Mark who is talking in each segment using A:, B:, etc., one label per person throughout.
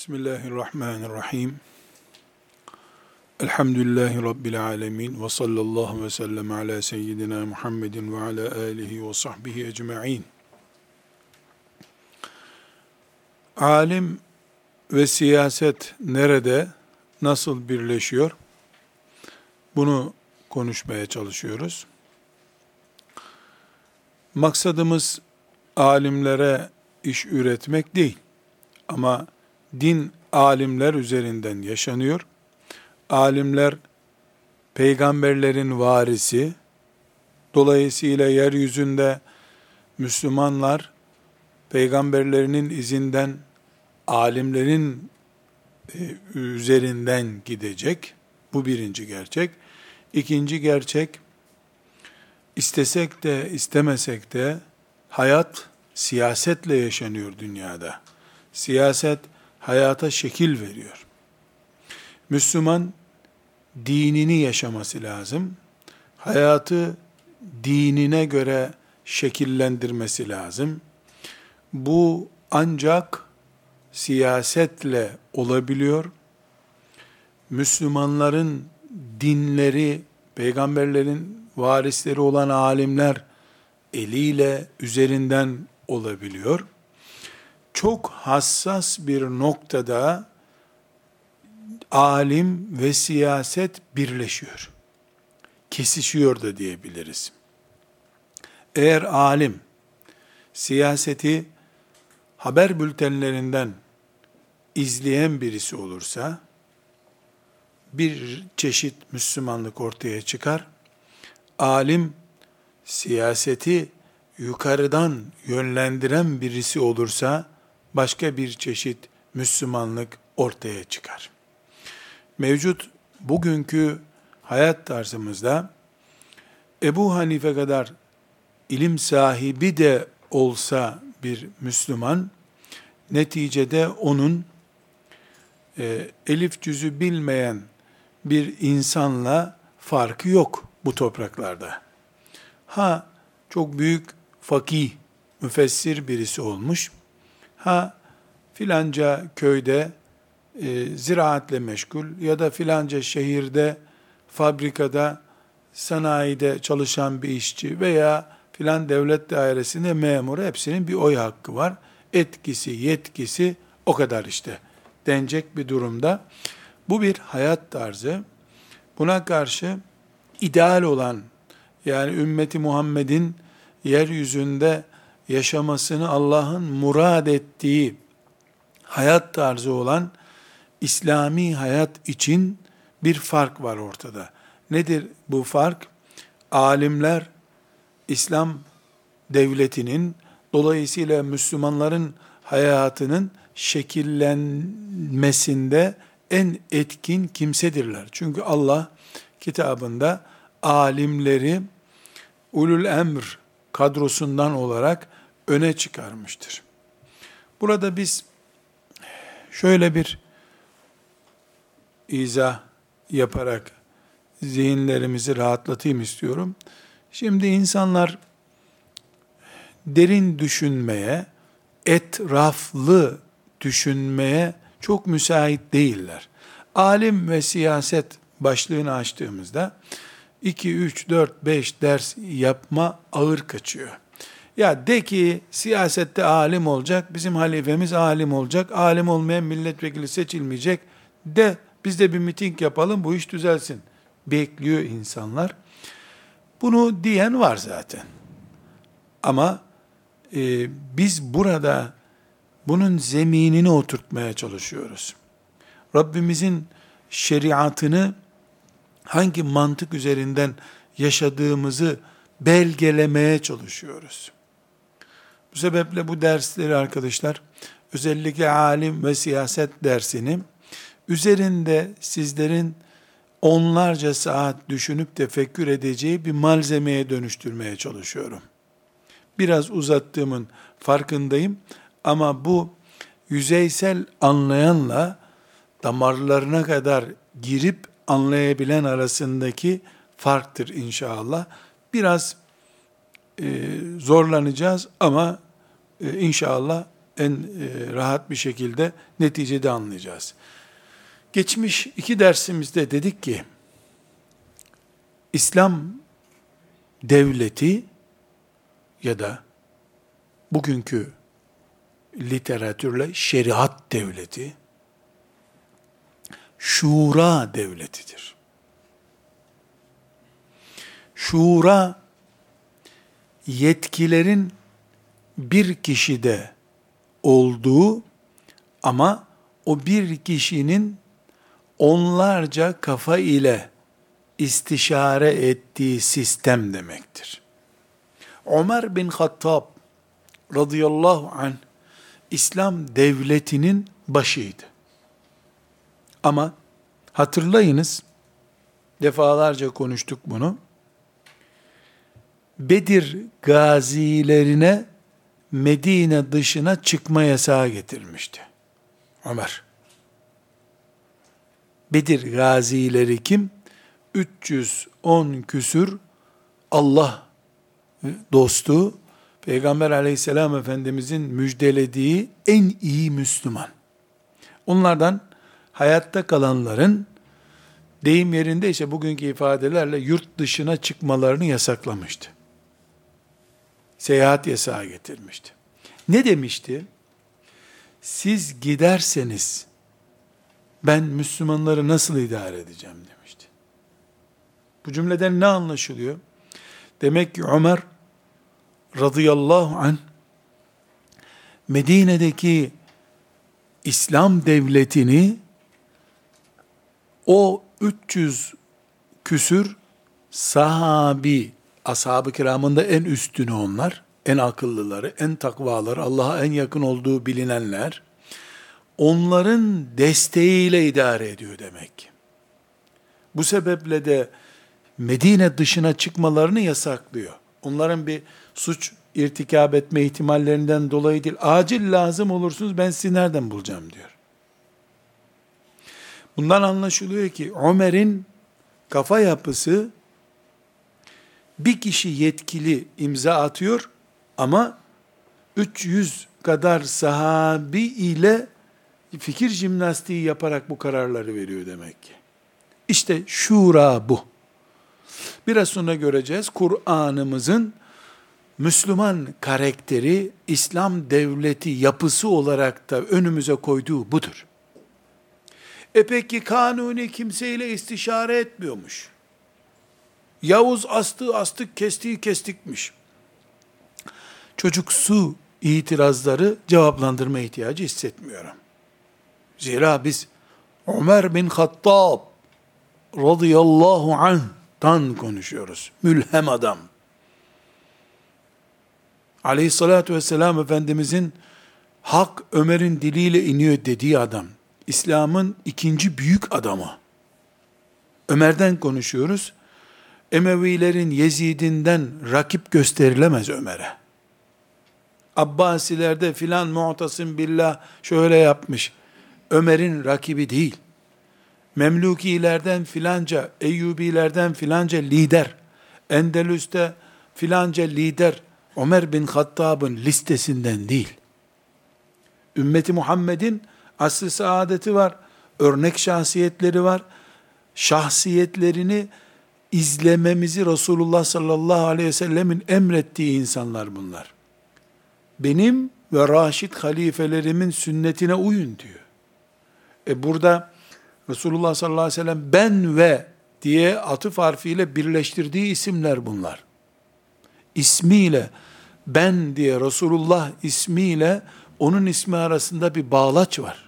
A: Bismillahirrahmanirrahim. Elhamdülillahi Rabbil alemin. Ve sallallahu ve sellem ala seyyidina Muhammedin ve ala alihi ve sahbihi ecma'in. Alim ve siyaset nerede, nasıl birleşiyor? Bunu konuşmaya çalışıyoruz. Maksadımız alimlere iş üretmek değil. Ama din alimler üzerinden yaşanıyor. Alimler peygamberlerin varisi. Dolayısıyla yeryüzünde Müslümanlar peygamberlerinin izinden alimlerin üzerinden gidecek. Bu birinci gerçek. İkinci gerçek, istesek de istemesek de hayat siyasetle yaşanıyor dünyada. Siyaset hayata şekil veriyor. Müslüman dinini yaşaması lazım. Hayatı dinine göre şekillendirmesi lazım. Bu ancak siyasetle olabiliyor. Müslümanların dinleri, peygamberlerin varisleri olan alimler eliyle, üzerinden olabiliyor. Çok hassas bir noktada alim ve siyaset birleşiyor. Kesişiyor da diyebiliriz. Eğer alim siyaseti haber bültenlerinden izleyen birisi olursa bir çeşit Müslümanlık ortaya çıkar. Alim siyaseti yukarıdan yönlendiren birisi olursa başka bir çeşit Müslümanlık ortaya çıkar. Mevcut bugünkü hayat tarzımızda Ebu Hanife kadar ilim sahibi de olsa bir Müslüman, neticede onun elif cüzü bilmeyen bir insanla farkı yok bu topraklarda. Ha çok büyük fakih, müfessir birisi olmuş, ha filanca köyde ziraatle meşgul ya da filanca şehirde, fabrikada, sanayide çalışan bir işçi veya filan devlet dairesinde memuru, hepsinin bir oy hakkı var. Etkisi, yetkisi o kadar işte denecek bir durumda. Bu bir hayat tarzı. Buna karşı ideal olan, yani ümmeti Muhammed'in yeryüzünde yaşamasını Allah'ın murad ettiği hayat tarzı olan İslami hayat için bir fark var ortada. Nedir bu fark? Alimler İslam devletinin, dolayısıyla Müslümanların hayatının şekillenmesinde en etkin kimsedirler. Çünkü Allah kitabında alimleri ulul emr kadrosundan olarak öne çıkarmıştır. Burada biz şöyle bir izah yaparak zihinlerimizi rahatlatayım istiyorum. Şimdi insanlar derin düşünmeye, etraflı düşünmeye çok müsait değiller. Alim ve siyaset başlığını açtığımızda 2, 3, 4, 5 ders yapma ağır kaçıyor. Ya de ki siyasette alim olacak, bizim halifemiz alim olacak, alim olmayan milletvekili seçilmeyecek de biz de bir miting yapalım, bu iş düzelsin bekliyor insanlar. Bunu diyen var zaten. Ama biz burada bunun zeminini oturtmaya çalışıyoruz. Rabbimizin şeriatını hangi mantık üzerinden yaşadığımızı belgelemeye çalışıyoruz. Bu sebeple bu dersleri arkadaşlar, özellikle alim ve siyaset dersini üzerinde sizlerin onlarca saat düşünüp tefekkür edeceği bir malzemeye dönüştürmeye çalışıyorum. Biraz uzattığımın farkındayım ama bu yüzeysel anlayanla damarlarına kadar girip anlayabilen arasındaki farktır inşallah. Biraz zorlanacağız ama inşallah rahat bir şekilde neticede anlayacağız. Geçmiş 2 dersimizde dedik ki, İslam devleti ya da bugünkü literatürle şeriat devleti, şura devletidir. Şura, yetkilerin bir kişide olduğu ama o bir kişinin onlarca kafa ile istişare ettiği sistem demektir. Ömer bin Hattab radıyallahu anh İslam devletinin başıydı. Ama hatırlayınız, defalarca konuştuk bunu. Bedir gazilerine Medine dışına çıkma yasağı getirmişti Ömer. Bedir gazileri kim? 310 küsür Allah dostu, Peygamber aleyhisselam Efendimizin müjdelediği en iyi Müslüman. Onlardan hayatta kalanların, deyim yerinde ise bugünkü ifadelerle yurt dışına çıkmalarını yasaklamıştı. Seyahat yasağı getirmişti. Ne demişti? Siz giderseniz ben Müslümanları nasıl idare edeceğim demişti. Bu cümleden ne anlaşılıyor? Demek ki Ömer radıyallahu anh Medine'deki İslam devletini o 300 küsür sahabi, ashab-ı kiramın da en üstünü onlar, en akıllıları, en takvaları, Allah'a en yakın olduğu bilinenler, onların desteğiyle idare ediyor demek ki. Bu sebeple de Medine dışına çıkmalarını yasaklıyor. Onların bir suç irtikab etme ihtimallerinden dolayı değil, acil lazım olursunuz, ben sizi nereden bulacağım diyor. Bundan anlaşılıyor ki Ömer'in kafa yapısı, bir kişi yetkili imza atıyor ama 300 kadar sahabi ile fikir jimnastiği yaparak bu kararları veriyor demek ki. İşte şura bu. Biraz sonra göreceğiz, Kur'an'ımızın Müslüman karakteri, İslam devleti yapısı olarak da önümüze koyduğu budur. Peki Kanuni kimseyle istişare etmiyormuş. Yavuz astığı astık, kestiği kestikmiş. Çocuksu itirazları cevaplandırma ihtiyacı hissetmiyorum. Zira biz Ömer bin Hattab radıyallahu anh'tan konuşuyoruz. Mülhem adam. Aleyhissalatü vesselam Efendimizin hak Ömer'in diliyle iniyor dediği adam. İslam'ın ikinci büyük adamı. Ömer'den konuşuyoruz. Emevilerin Yezid'inden rakip gösterilemez Ömer'e. Abbasilerde filan Mu'tasim billah şöyle yapmış. Ömer'in rakibi değil. Memlukilerden filanca, Eyyubilerden filanca lider, Endülüs'te filanca lider, Ömer bin Hattab'ın listesinden değil. Ümmeti Muhammed'in asr-ı saadeti var, örnek şahsiyetleri var. Şahsiyetlerini izlememizi Resulullah sallallahu aleyhi ve sellemin emrettiği insanlar bunlar. Benim ve Raşid halifelerimin sünnetine uyun diyor. Burada Resulullah sallallahu aleyhi ve sellem ben ve diye atıf harfiyle birleştirdiği isimler bunlar. İsmiyle ben diye Resulullah ismiyle onun ismi arasında bir bağlaç var.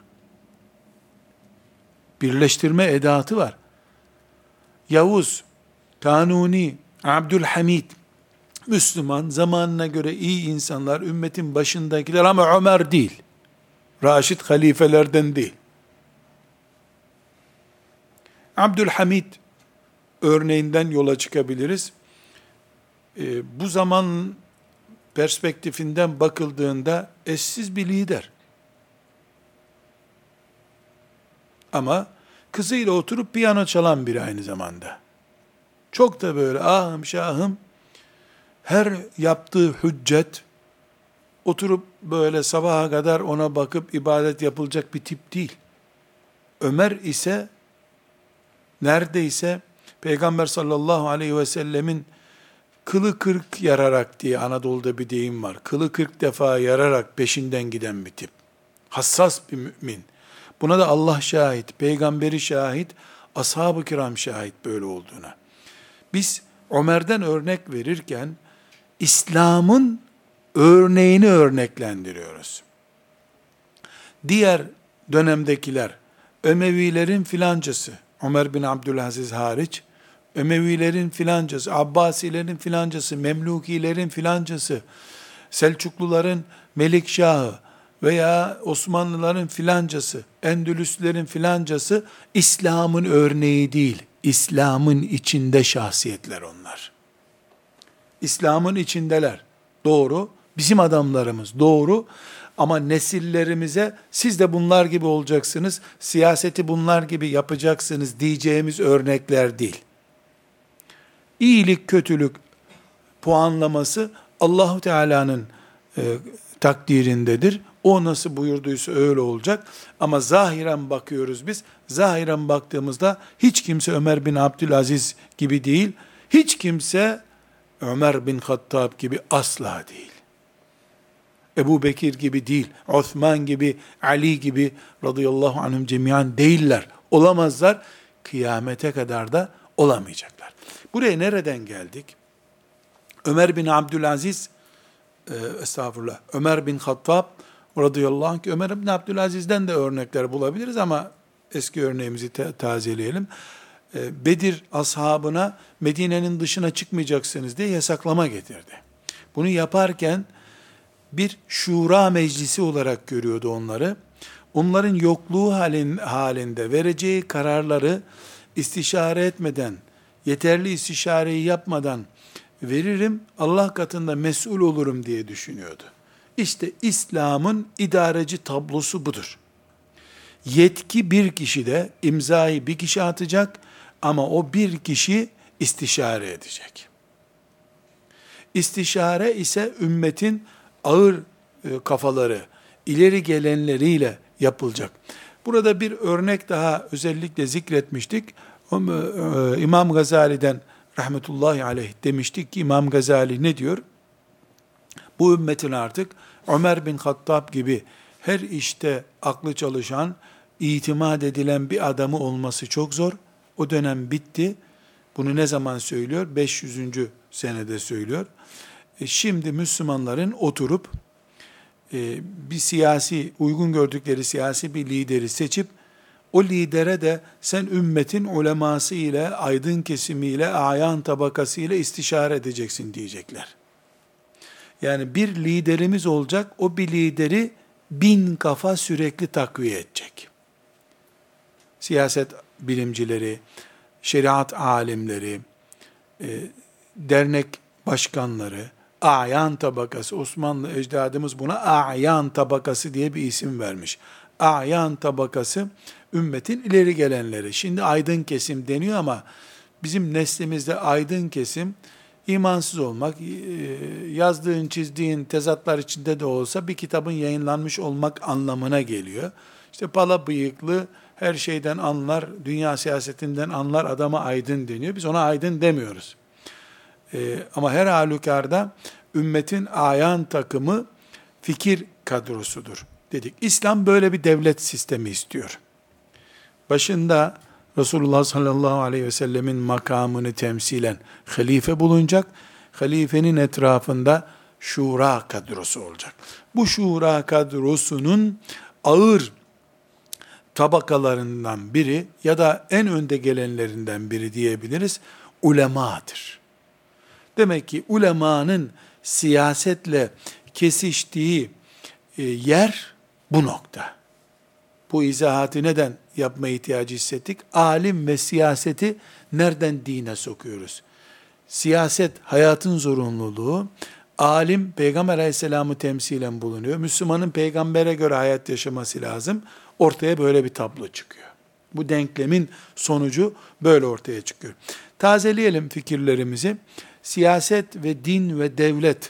A: Birleştirme edatı var. Yavuz, Kanuni, Abdülhamid, Müslüman, zamanına göre iyi insanlar, ümmetin başındakiler ama Ömer değil. Raşid halifelerden değil. Abdülhamid örneğinden yola çıkabiliriz. Bu zaman perspektifinden bakıldığında eşsiz bir lider. Ama kızıyla oturup piyano çalan biri aynı zamanda. Çok da böyle ahım şahım, her yaptığı hüccet, oturup böyle sabaha kadar ona bakıp ibadet yapılacak bir tip değil. Ömer ise neredeyse Peygamber sallallahu aleyhi ve sellemin kılı kırk yararak diye Anadolu'da bir deyim var. Kılı 40 defa yararak peşinden giden bir tip. Hassas bir mümin. Buna da Allah şahit, peygamberi şahit, ashab-ı kiram şahit böyle olduğuna. Biz Ömer'den örnek verirken İslam'ın örneğini örneklendiriyoruz. Diğer dönemdekiler, Emevilerin filancası, Ömer bin Abdülaziz hariç, Emevilerin filancası, Abbasilerin filancası, Memlukilerin filancası, Selçukluların Melikşahı veya Osmanlıların filancası, Endülüslerin filancası, İslam'ın örneği değil, İslam'ın içinde şahsiyetler onlar. İslam'ın içindeler. Doğru. Bizim adamlarımız doğru. Ama nesillerimize siz de bunlar gibi olacaksınız, siyaseti bunlar gibi yapacaksınız diyeceğimiz örnekler değil. İyilik, kötülük puanlaması Allahu Teala'nın takdirindedir. O nasıl buyurduysa öyle olacak. Ama zahiren bakıyoruz biz. Zahiren baktığımızda hiç kimse Ömer bin Abdülaziz gibi değil. Hiç kimse Ömer bin Hattab gibi asla değil. Ebu Bekir gibi değil. Osman gibi, Ali gibi radıyallahu anhum cemiyan değiller. Olamazlar. Kıyamete kadar da olamayacaklar. Buraya nereden geldik? Ömer bin Abdülaziz, Ömer bin Hattab radıyallahu anh, Ömer bin Abdülaziz'den de örnekler bulabiliriz ama eski örneğimizi tazeleyelim. Bedir ashabına Medine'nin dışına çıkmayacaksınız diye yasaklama getirdi. Bunu yaparken bir şura meclisi olarak görüyordu onları. Onların yokluğu halinde vereceği kararları istişare etmeden, yeterli istişareyi yapmadan veririm, Allah katında mesul olurum diye düşünüyordu. İşte İslam'ın idareci tablosu budur. Yetki bir kişide, imzayı bir kişi atacak ama o bir kişi istişare edecek. İstişare ise ümmetin ağır kafaları, ileri gelenleriyle yapılacak. Burada bir örnek daha özellikle zikretmiştik. İmam Gazali'den rahmetullahi aleyh demiştik ki İmam Gazali ne diyor? Bu ümmetin artık Ömer bin Hattab gibi her işte aklı çalışan, itimat edilen bir adamı olması çok zor. O dönem bitti. Bunu ne zaman söylüyor? 500. senede söylüyor. Şimdi Müslümanların oturup bir siyasi, uygun gördükleri siyasi bir lideri seçip o lidere de sen ümmetin uleması ile, aydın kesimiyle, ayan tabakası ile istişare edeceksin diyecekler. Yani bir liderimiz olacak, o bir lideri 1000 kafa sürekli takviye edecek. Siyaset bilimcileri, şeriat alimleri, dernek başkanları, ayan tabakası, Osmanlı ecdadımız buna ayan tabakası diye bir isim vermiş. Ayan tabakası, ümmetin ileri gelenleri. Şimdi aydın kesim deniyor ama bizim neslimizde aydın kesim, imansız olmak, yazdığın, çizdiğin tezatlar içinde de olsa bir kitabın yayınlanmış olmak anlamına geliyor. İşte pala bıyıklı, her şeyden anlar, dünya siyasetinden anlar adama aydın deniyor. Biz ona aydın demiyoruz. Ama her halükarda ümmetin ayan takımı fikir kadrosudur dedik. İslam böyle bir devlet sistemi istiyor. Başında Resulullah sallallahu aleyhi ve sellemin makamını temsilen halife bulunacak. Halifenin etrafında şura kadrosu olacak. Bu şura kadrosunun ağır tabakalarından biri ya da en önde gelenlerinden biri diyebiliriz, ulemadır. Demek ki ulemanın siyasetle kesiştiği yer bu nokta. Bu izahatı neden yapma ihtiyacı hissettik? Alim ve siyaseti nereden dine sokuyoruz? Siyaset hayatın zorunluluğu, alim Peygamber aleyhisselamı temsilen bulunuyor. Müslümanın peygambere göre hayat yaşaması lazım. Ortaya böyle bir tablo çıkıyor. Bu denklemin sonucu böyle ortaya çıkıyor. Tazeleyelim fikirlerimizi. Siyaset ve din ve devlet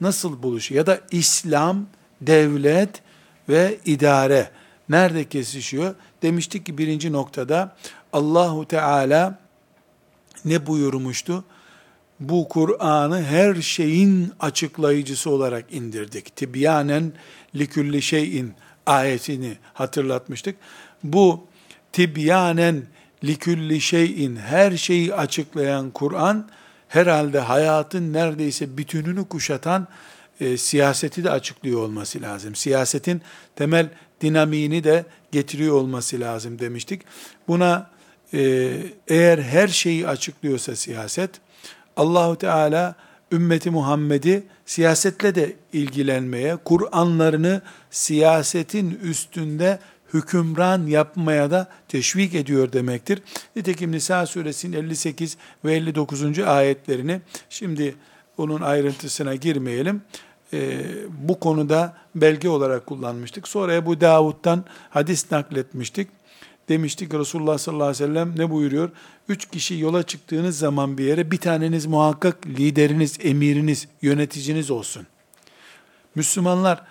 A: nasıl buluşuyor? Ya da İslam, devlet ve idare nerede kesişiyor? Demiştik ki birinci noktada Allahu Teala ne buyurmuştu? Bu Kur'an'ı her şeyin açıklayıcısı olarak indirdik. Tibyanen likülli şeyin ayetini hatırlatmıştık. Bu tibyanen likülli şeyin, her şeyi açıklayan Kur'an, herhalde hayatın neredeyse bütününü kuşatan siyaseti de açıklıyor olması lazım. Siyasetin temel dinamiğini de getiriyor olması lazım demiştik. Buna eğer her şeyi açıklıyorsa siyaset, Allahu Teala ümmeti Muhammed'i siyasetle de ilgilenmeye, Kur'anlarını siyasetin üstünde hükümran yapmaya da teşvik ediyor demektir. Nitekim Nisa suresinin 58 ve 59. ayetlerini, şimdi onun ayrıntısına girmeyelim, bu konuda belge olarak kullanmıştık. Sonra Ebu Davud'dan hadis nakletmiştik. Demiştik Resulullah sallallahu aleyhi ve sellem ne buyuruyor? 3 kişi yola çıktığınız zaman bir yere, bir taneniz muhakkak lideriniz, emiriniz, yöneticiniz olsun. Müslümanlar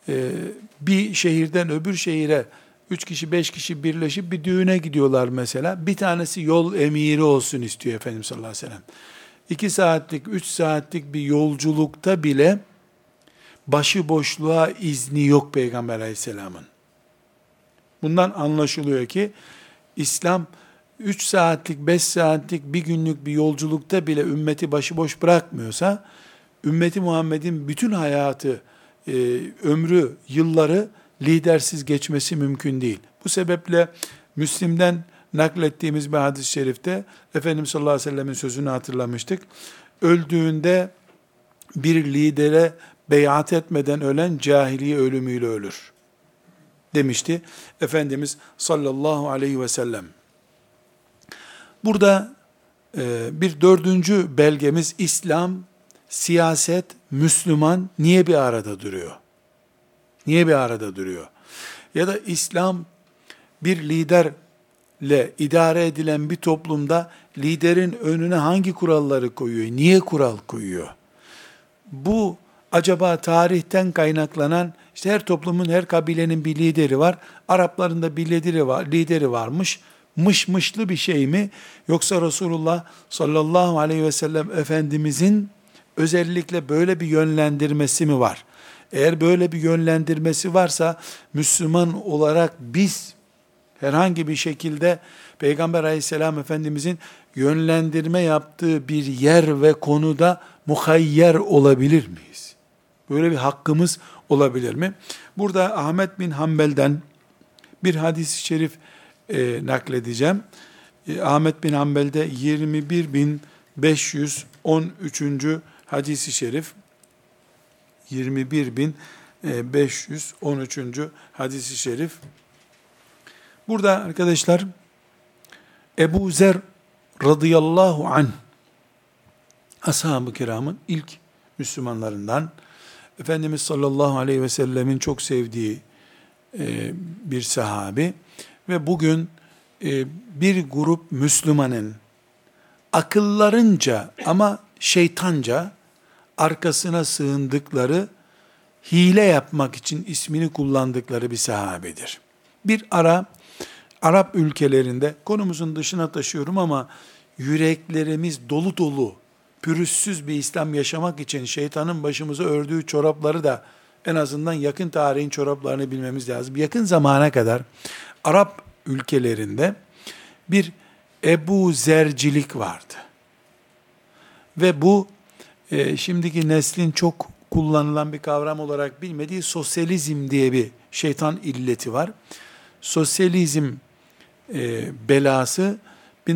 A: bir şehirden öbür şehire 3 kişi 5 kişi birleşip bir düğüne gidiyorlar mesela. Bir tanesi yol emiri olsun istiyor Efendimiz sallallahu aleyhi ve sellem. 2 saatlik 3 saatlik bir yolculukta bile başıboşluğa izni yok Peygamber aleyhisselamın. Bundan anlaşılıyor ki İslam 3 saatlik, 5 saatlik, bir günlük bir yolculukta bile ümmeti başıboş bırakmıyorsa, ümmeti Muhammed'in bütün hayatı, ömrü, yılları lidersiz geçmesi mümkün değil. Bu sebeple Müslim'den naklettiğimiz bir hadis-i şerifte Efendimiz sallallahu aleyhi ve sellemin sözünü hatırlamıştık. Öldüğünde bir lidere beyat etmeden ölen cahiliye ölümüyle ölür demişti Efendimiz sallallahu aleyhi ve sellem. Burada bir dördüncü belgemiz İslam, siyaset, Müslüman niye bir arada duruyor? Niye bir arada duruyor? Ya da İslam bir liderle idare edilen bir toplumda liderin önüne hangi kuralları koyuyor? Niye kural koyuyor? Bu acaba tarihten kaynaklanan, işte her toplumun, her kabilenin bir lideri var. Arapların da bir lideri varmış. Mışlı bir şey mi? Yoksa Resulullah sallallahu aleyhi ve sellem Efendimizin özellikle böyle bir yönlendirmesi mi var? Eğer böyle bir yönlendirmesi varsa, Müslüman olarak biz herhangi bir şekilde Peygamber aleyhisselam Efendimizin yönlendirme yaptığı bir yer ve konuda muhayyer olabilir miyiz? Böyle bir hakkımız olabilir mi? Burada Ahmet bin Hanbel'den bir hadis-i şerif nakledeceğim. Ahmet bin Hanbel'de 21.513. hadis-i şerif, 21.513. hadis-i şerif. Burada arkadaşlar Ebu Zer radıyallahu anh, ashab-ı kiramın ilk Müslümanlarından, Efendimiz sallallahu aleyhi ve sellemin çok sevdiği bir sahabi ve bugün bir grup Müslümanın akıllarınca ama şeytanca arkasına sığındıkları, hile yapmak için ismini kullandıkları bir sahabedir. Bir ara Arap ülkelerinde, konumuzun dışına taşıyorum ama yüreklerimiz dolu dolu, pürüzsüz bir İslam yaşamak için şeytanın başımıza ördüğü çorapları da en azından yakın tarihin çoraplarını bilmemiz lazım. Yakın zamana kadar Arap ülkelerinde bir Ebu Zercilik vardı. Ve bu şimdiki neslin çok kullanılan bir kavram olarak bilmediği sosyalizm diye bir şeytan illeti var. Sosyalizm belası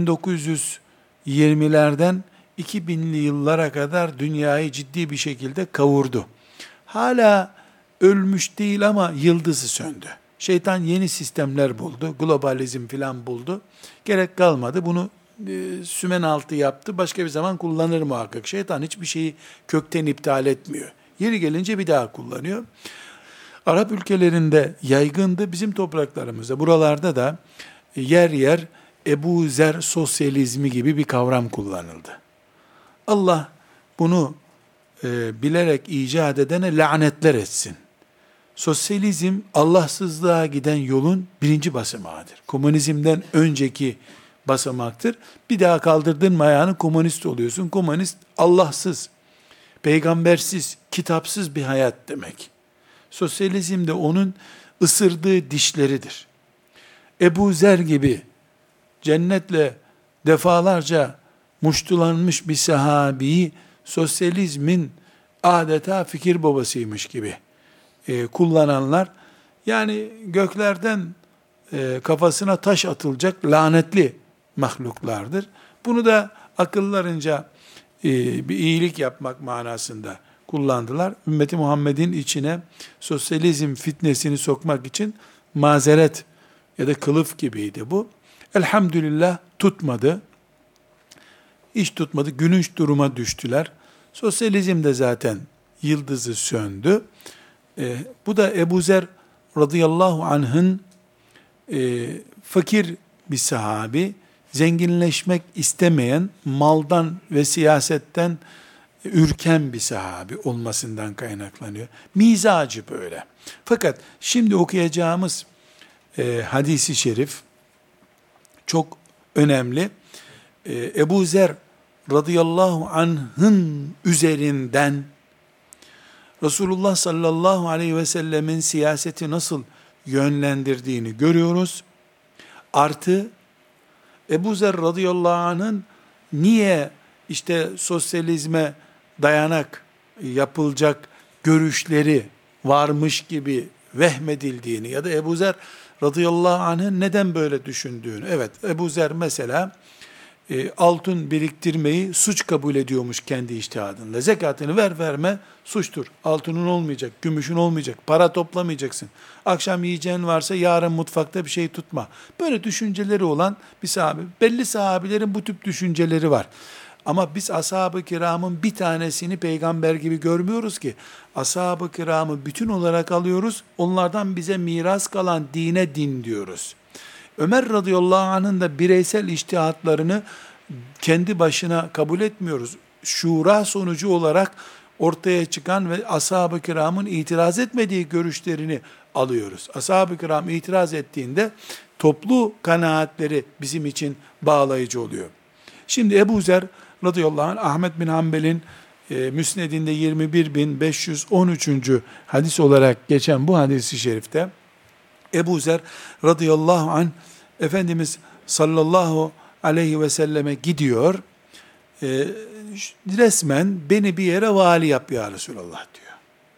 A: 1920'lerden 2000'li yıllara kadar dünyayı ciddi bir şekilde kavurdu. Hala ölmüş değil ama yıldızı söndü. Şeytan yeni sistemler buldu, globalizm filan buldu. Gerek kalmadı, bunu sümen altı yaptı, başka bir zaman kullanır muhakkak. Şeytan hiçbir şeyi kökten iptal etmiyor. Yeri gelince bir daha kullanıyor. Arap ülkelerinde yaygındı, bizim topraklarımızda, buralarda da yer yer Ebu Zer sosyalizmi gibi bir kavram kullanıldı. Allah bunu bilerek icat edene lanetler etsin. Sosyalizm Allahsızlığa giden yolun birinci basamağıdır. Komünizmden önceki basamaktır. Bir daha kaldırdın mı ayağını komünist oluyorsun. Komünist Allahsız, peygambersiz, kitapsız bir hayat demek. Sosyalizm de onun ısırdığı dişleridir. Ebu Zer gibi cennetle defalarca muştulanmış bir sahabiyi sosyalizmin adeta fikir babasıymış gibi kullananlar, yani göklerden kafasına taş atılacak lanetli mahluklardır. Bunu da akıllarınca bir iyilik yapmak manasında kullandılar. Ümmeti Muhammed'in içine sosyalizm fitnesini sokmak için mazeret ya da kılıf gibiydi bu. Elhamdülillah tutmadı. İş tutmadı. Gülünç duruma düştüler. Sosyalizm de zaten yıldızı söndü. Bu da Ebu Zer radıyallahu anh'ın fakir bir sahabi, zenginleşmek istemeyen, maldan ve siyasetten ürken bir sahabi olmasından kaynaklanıyor. Mizacı böyle. Fakat şimdi okuyacağımız hadisi şerif çok önemli. Ebu Zer radıyallahu anh'ın üzerinden Resulullah sallallahu aleyhi ve sellemin siyaseti nasıl yönlendirdiğini görüyoruz. Artı Ebu Zer radıyallahu anh'ın niye işte sosyalizme dayanak yapılacak görüşleri varmış gibi vehmedildiğini ya da Ebu Zer radıyallahu anh'ın neden böyle düşündüğünü. Evet, Ebu Zer mesela altın biriktirmeyi suç kabul ediyormuş kendi içtihadında. Zekatını ver verme suçtur. Altının olmayacak, gümüşün olmayacak, para toplamayacaksın. Akşam yiyeceğin varsa yarın mutfakta bir şey tutma. Böyle düşünceleri olan bir sahabe. Belli sahabilerin bu tip düşünceleri var. Ama biz ashab-ı kiramın bir tanesini peygamber gibi görmüyoruz ki. Ashab-ı kiramı bütün olarak alıyoruz. Onlardan bize miras kalan dine din diyoruz. Ömer radıyallahu anh'ın da bireysel içtihatlarını kendi başına kabul etmiyoruz. Şura sonucu olarak ortaya çıkan ve ashab-ı kiramın itiraz etmediği görüşlerini alıyoruz. Ashab-ı kiram itiraz ettiğinde toplu kanaatleri bizim için bağlayıcı oluyor. Şimdi Ebu Zer radıyallahu anh, Ahmet bin Hanbel'in Müsned'inde 21.513. hadis olarak geçen bu hadis-i şerifte Ebu Zer radıyallahu anh Efendimiz sallallahu aleyhi ve selleme gidiyor. Resmen beni bir yere vali yap ya Resulallah diyor.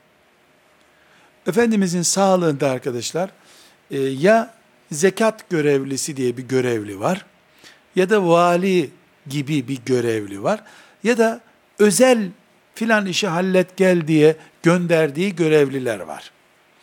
A: Efendimizin sağlığında arkadaşlar ya zekat görevlisi diye bir görevli var ya da vali gibi bir görevli var ya da özel filan işi hallet gel diye gönderdiği görevliler var.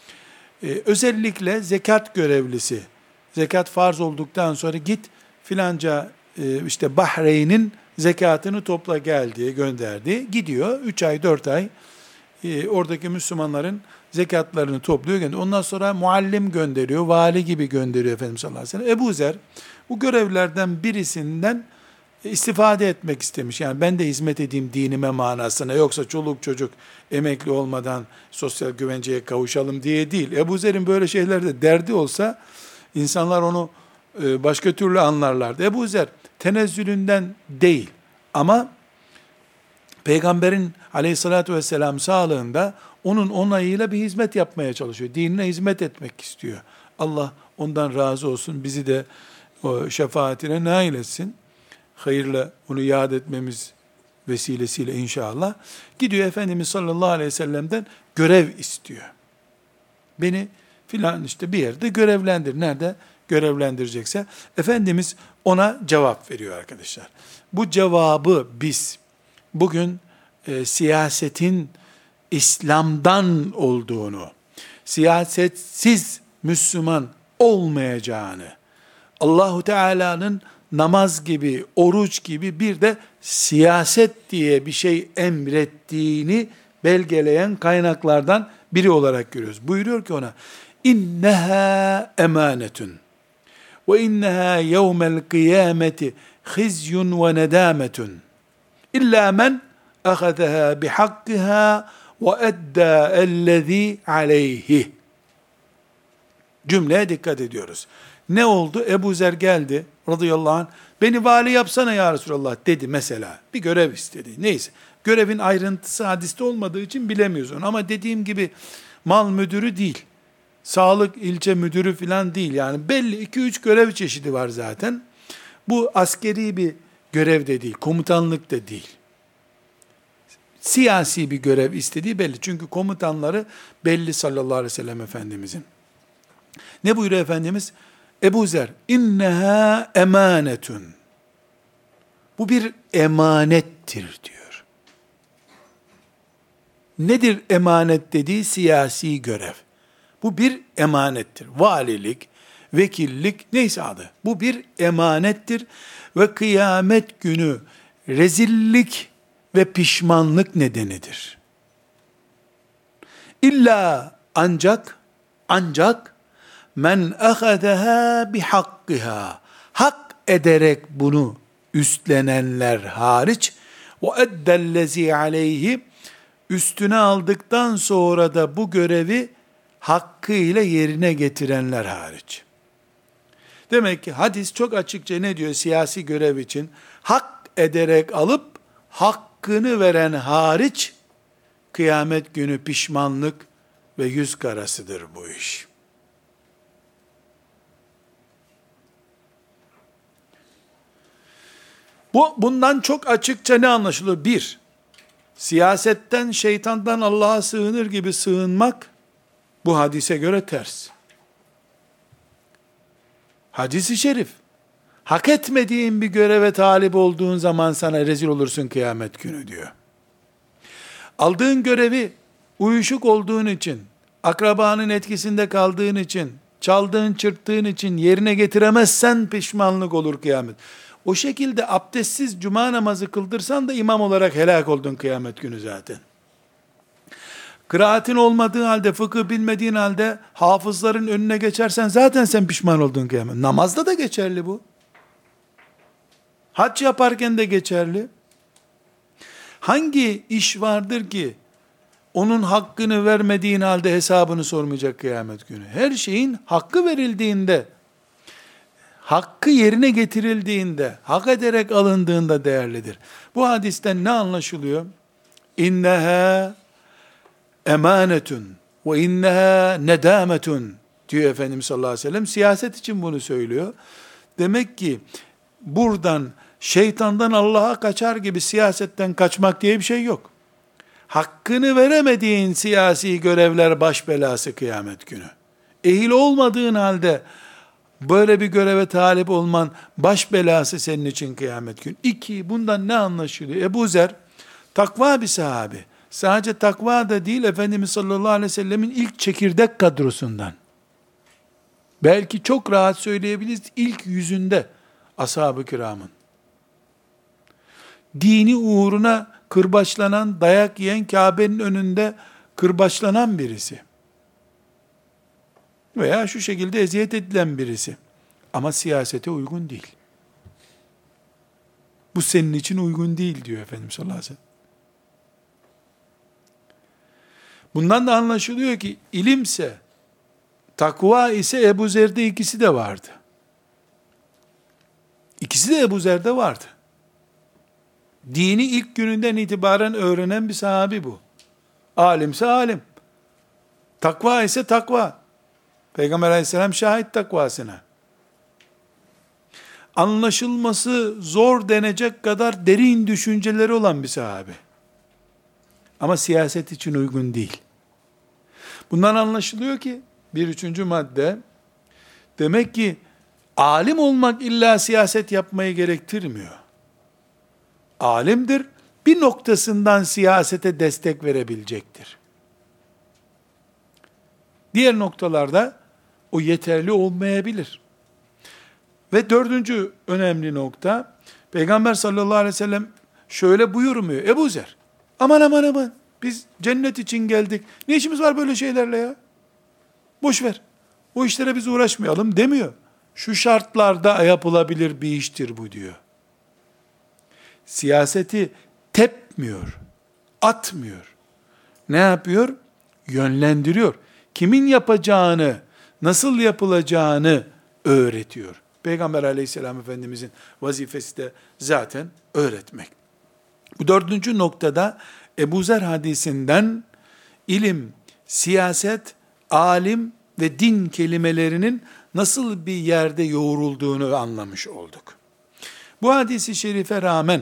A: Özellikle zekat görevlisi, zekat farz olduktan sonra git filanca işte Bahreyn'in zekatını topla gel diye gönderdi. Gidiyor 3 ay 4 ay oradaki Müslümanların zekatlarını topluyor. Ondan sonra muallim gönderiyor, vali gibi gönderiyor Efendimiz sallallahu aleyhi ve sellem. Ebu Zer bu görevlerden birisinden istifade etmek istemiş. Yani ben de hizmet edeyim dinime manasına, yoksa çoluk çocuk emekli olmadan sosyal güvenceye kavuşalım diye değil. Ebu Zer'in böyle şeylerde derdi olsa insanlar onu başka türlü anlarlardı. Ebu Zer tenezzülünden değil ama Peygamberin aleyhissalatü vesselam sağlığında onun onayıyla bir hizmet yapmaya çalışıyor. Dinine hizmet etmek istiyor. Allah ondan razı olsun, bizi de o şefaatine nail etsin. Hayırla onu yad etmemiz vesilesiyle inşallah. Gidiyor Efendimiz sallallahu aleyhi ve sellem'den görev istiyor. Beni filan işte bir yerde görevlendir. Nerede görevlendirecekse. Efendimiz ona cevap veriyor arkadaşlar. Bu cevabı biz bugün siyasetin İslam'dan olduğunu, siyasetsiz Müslüman olmayacağını, Allahu Teala'nın namaz gibi, oruç gibi bir de siyaset diye bir şey emrettiğini belgeleyen kaynaklardan biri olarak görüyoruz. Buyuruyor ki ona, İnneha emanetun ve inneha yevmel kıyameti khizyun ve nedametun illa men اَخَذَهَا بِحَقِّهَا وَاَدَّى اَلَّذ۪ي عَلَيْهِ. Cümleye dikkat ediyoruz. Ne oldu? Ebu Zer geldi radıyallahu anh. Beni vali yapsana ya Resulallah dedi mesela. Bir görev istedi. Neyse. Görevin ayrıntısı hadiste olmadığı için bilemiyoruz onu. Ama dediğim gibi mal müdürü değil. Sağlık ilçe müdürü falan değil. Yani belli 2-3 görev çeşidi var zaten. Bu askeri bir görev de değil. Komutanlık da değil. Siyasi bir görev istediği belli. Çünkü komutanları belli sallallahu aleyhi ve sellem Efendimizin. Ne buyuruyor Efendimiz? Ebu Zer, inneha emanetun. Bu bir emanettir diyor. Nedir emanet dediği? Siyasi görev. Bu bir emanettir. Valilik, vekillik, neyse adı. Bu bir emanettir ve kıyamet günü rezillik ve pişmanlık nedenidir. İlla ancak men ahadeha bihakkiha, hak ederek bunu üstlenenler hariç, ve eddellezi aleyhi, üstüne aldıktan sonra da bu görevi hakkıyla yerine getirenler hariç. Demek ki hadis çok açıkça ne diyor siyasi görev için? Hak ederek alıp hakkını veren hariç, kıyamet günü pişmanlık ve yüz karasıdır bu iş. Bundan çok açıkça ne anlaşılıyor? Bir, siyasetten, şeytandan Allah'a sığınır gibi sığınmak, bu hadise göre ters. Hadis-i şerif, hak etmediğin bir göreve talip olduğun zaman sana rezil olursun kıyamet günü diyor. Aldığın görevi uyuşuk olduğun için, akrabanın etkisinde kaldığın için, çaldığın, çırptığın için yerine getiremezsen pişmanlık olur kıyamet. O şekilde abdestsiz cuma namazı kıldırsan da imam olarak helak oldun kıyamet günü zaten. Kıraatin olmadığı halde, fıkıh bilmediğin halde hafızların önüne geçersen zaten sen pişman oldun kıyamet. Namazda da geçerli bu. Hac yaparken de geçerli. Hangi iş vardır ki onun hakkını vermediğin halde hesabını sormayacak kıyamet günü? Her şeyin hakkı verildiğinde, hakkı yerine getirildiğinde, hak ederek alındığında değerlidir. Bu hadisten ne anlaşılıyor? İnneha emanetun ve inneha nedametun diyor Efendimiz sallallahu aleyhi ve sellem. Siyaset için bunu söylüyor. Demek ki buradan şeytandan Allah'a kaçar gibi siyasetten kaçmak diye bir şey yok. Hakkını veremediğin siyasi görevler baş belası kıyamet günü. Ehil olmadığın halde böyle bir göreve talip olman baş belası senin için kıyamet günü. İki, bundan ne anlaşılıyor? Ebu Zer takva bir sahabi. Sadece takva da değil, Efendimiz sallallahu aleyhi ve sellemin ilk çekirdek kadrosundan. Belki çok rahat söyleyebiliriz, ilk yüzünde ashab-ı kiramın. Dini uğruna kırbaçlanan, dayak yiyen, Kabe'nin önünde kırbaçlanan birisi. Veya şu şekilde eziyet edilen birisi. Ama siyasete uygun değil. Bu senin için uygun değil diyor Efendimiz sallallahu aleyhi ve sellem. Bundan da anlaşılıyor ki ilimse, takva ise Ebu Zer'de ikisi de vardı. İkisi de Ebu Zer'de vardı. Dini ilk gününden itibaren öğrenen bir sahabi bu. Alimse alim. Takva ise takva. Peygamber aleyhisselam şahit takvasına. Anlaşılması zor denecek kadar derin düşünceleri olan bir sahabe. Ama siyaset için uygun değil. Bundan anlaşılıyor ki, bir üçüncü madde, demek ki alim olmak illa siyaset yapmayı gerektirmiyor. Alimdir, bir noktasından siyasete destek verebilecektir. Diğer noktalarda o yeterli olmayabilir. Ve dördüncü önemli nokta, Peygamber sallallahu aleyhi ve sellem şöyle buyurmuyor. Ebu Zer, aman, biz cennet için geldik. Ne işimiz var böyle şeylerle ya? Boş ver. O işlere biz uğraşmayalım demiyor. Şu şartlarda yapılabilir bir iştir bu diyor. Siyaseti tepmiyor. atmıyor. Ne yapıyor? Yönlendiriyor. Kimin yapacağını, nasıl yapılacağını öğretiyor. Peygamber aleyhisselam Efendimizin vazifesi de zaten öğretmek. Bu dördüncü noktada Ebu Zer hadisinden ilim, siyaset, alim ve din kelimelerinin nasıl bir yerde yoğrulduğunu anlamış olduk. Bu hadisi şerife rağmen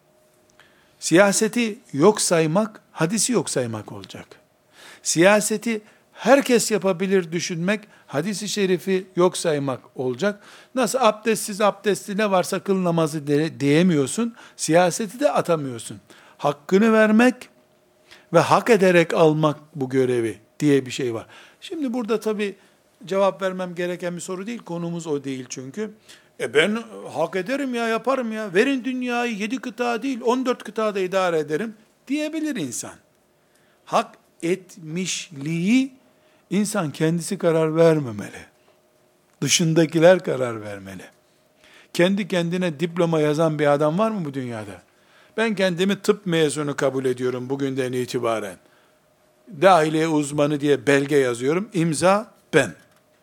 A: siyaseti yok saymak, hadisi yok saymak olacak. Siyaseti herkes yapabilir düşünmek, hadisi şerifi yok saymak olacak. Nasıl abdestsiz abdestli ne varsa kıl namazı diyemiyorsun, siyaseti de atamıyorsun. Hakkını vermek ve hak ederek almak bu görevi diye bir şey var. Şimdi burada tabii cevap vermem gereken bir soru değil, konumuz o değil çünkü. Ben hak ederim ya, yaparım ya, verin dünyayı 7 kıta değil 14 kıtada idare ederim diyebilir insan. Hak etmişliği insan kendisi karar vermemeli. Dışındakiler karar vermeli. Kendi kendine diploma yazan bir adam var mı bu dünyada? Ben kendimi tıp mezunu kabul ediyorum bugünden itibaren. Dahiliye uzmanı diye belge yazıyorum. İmza ben.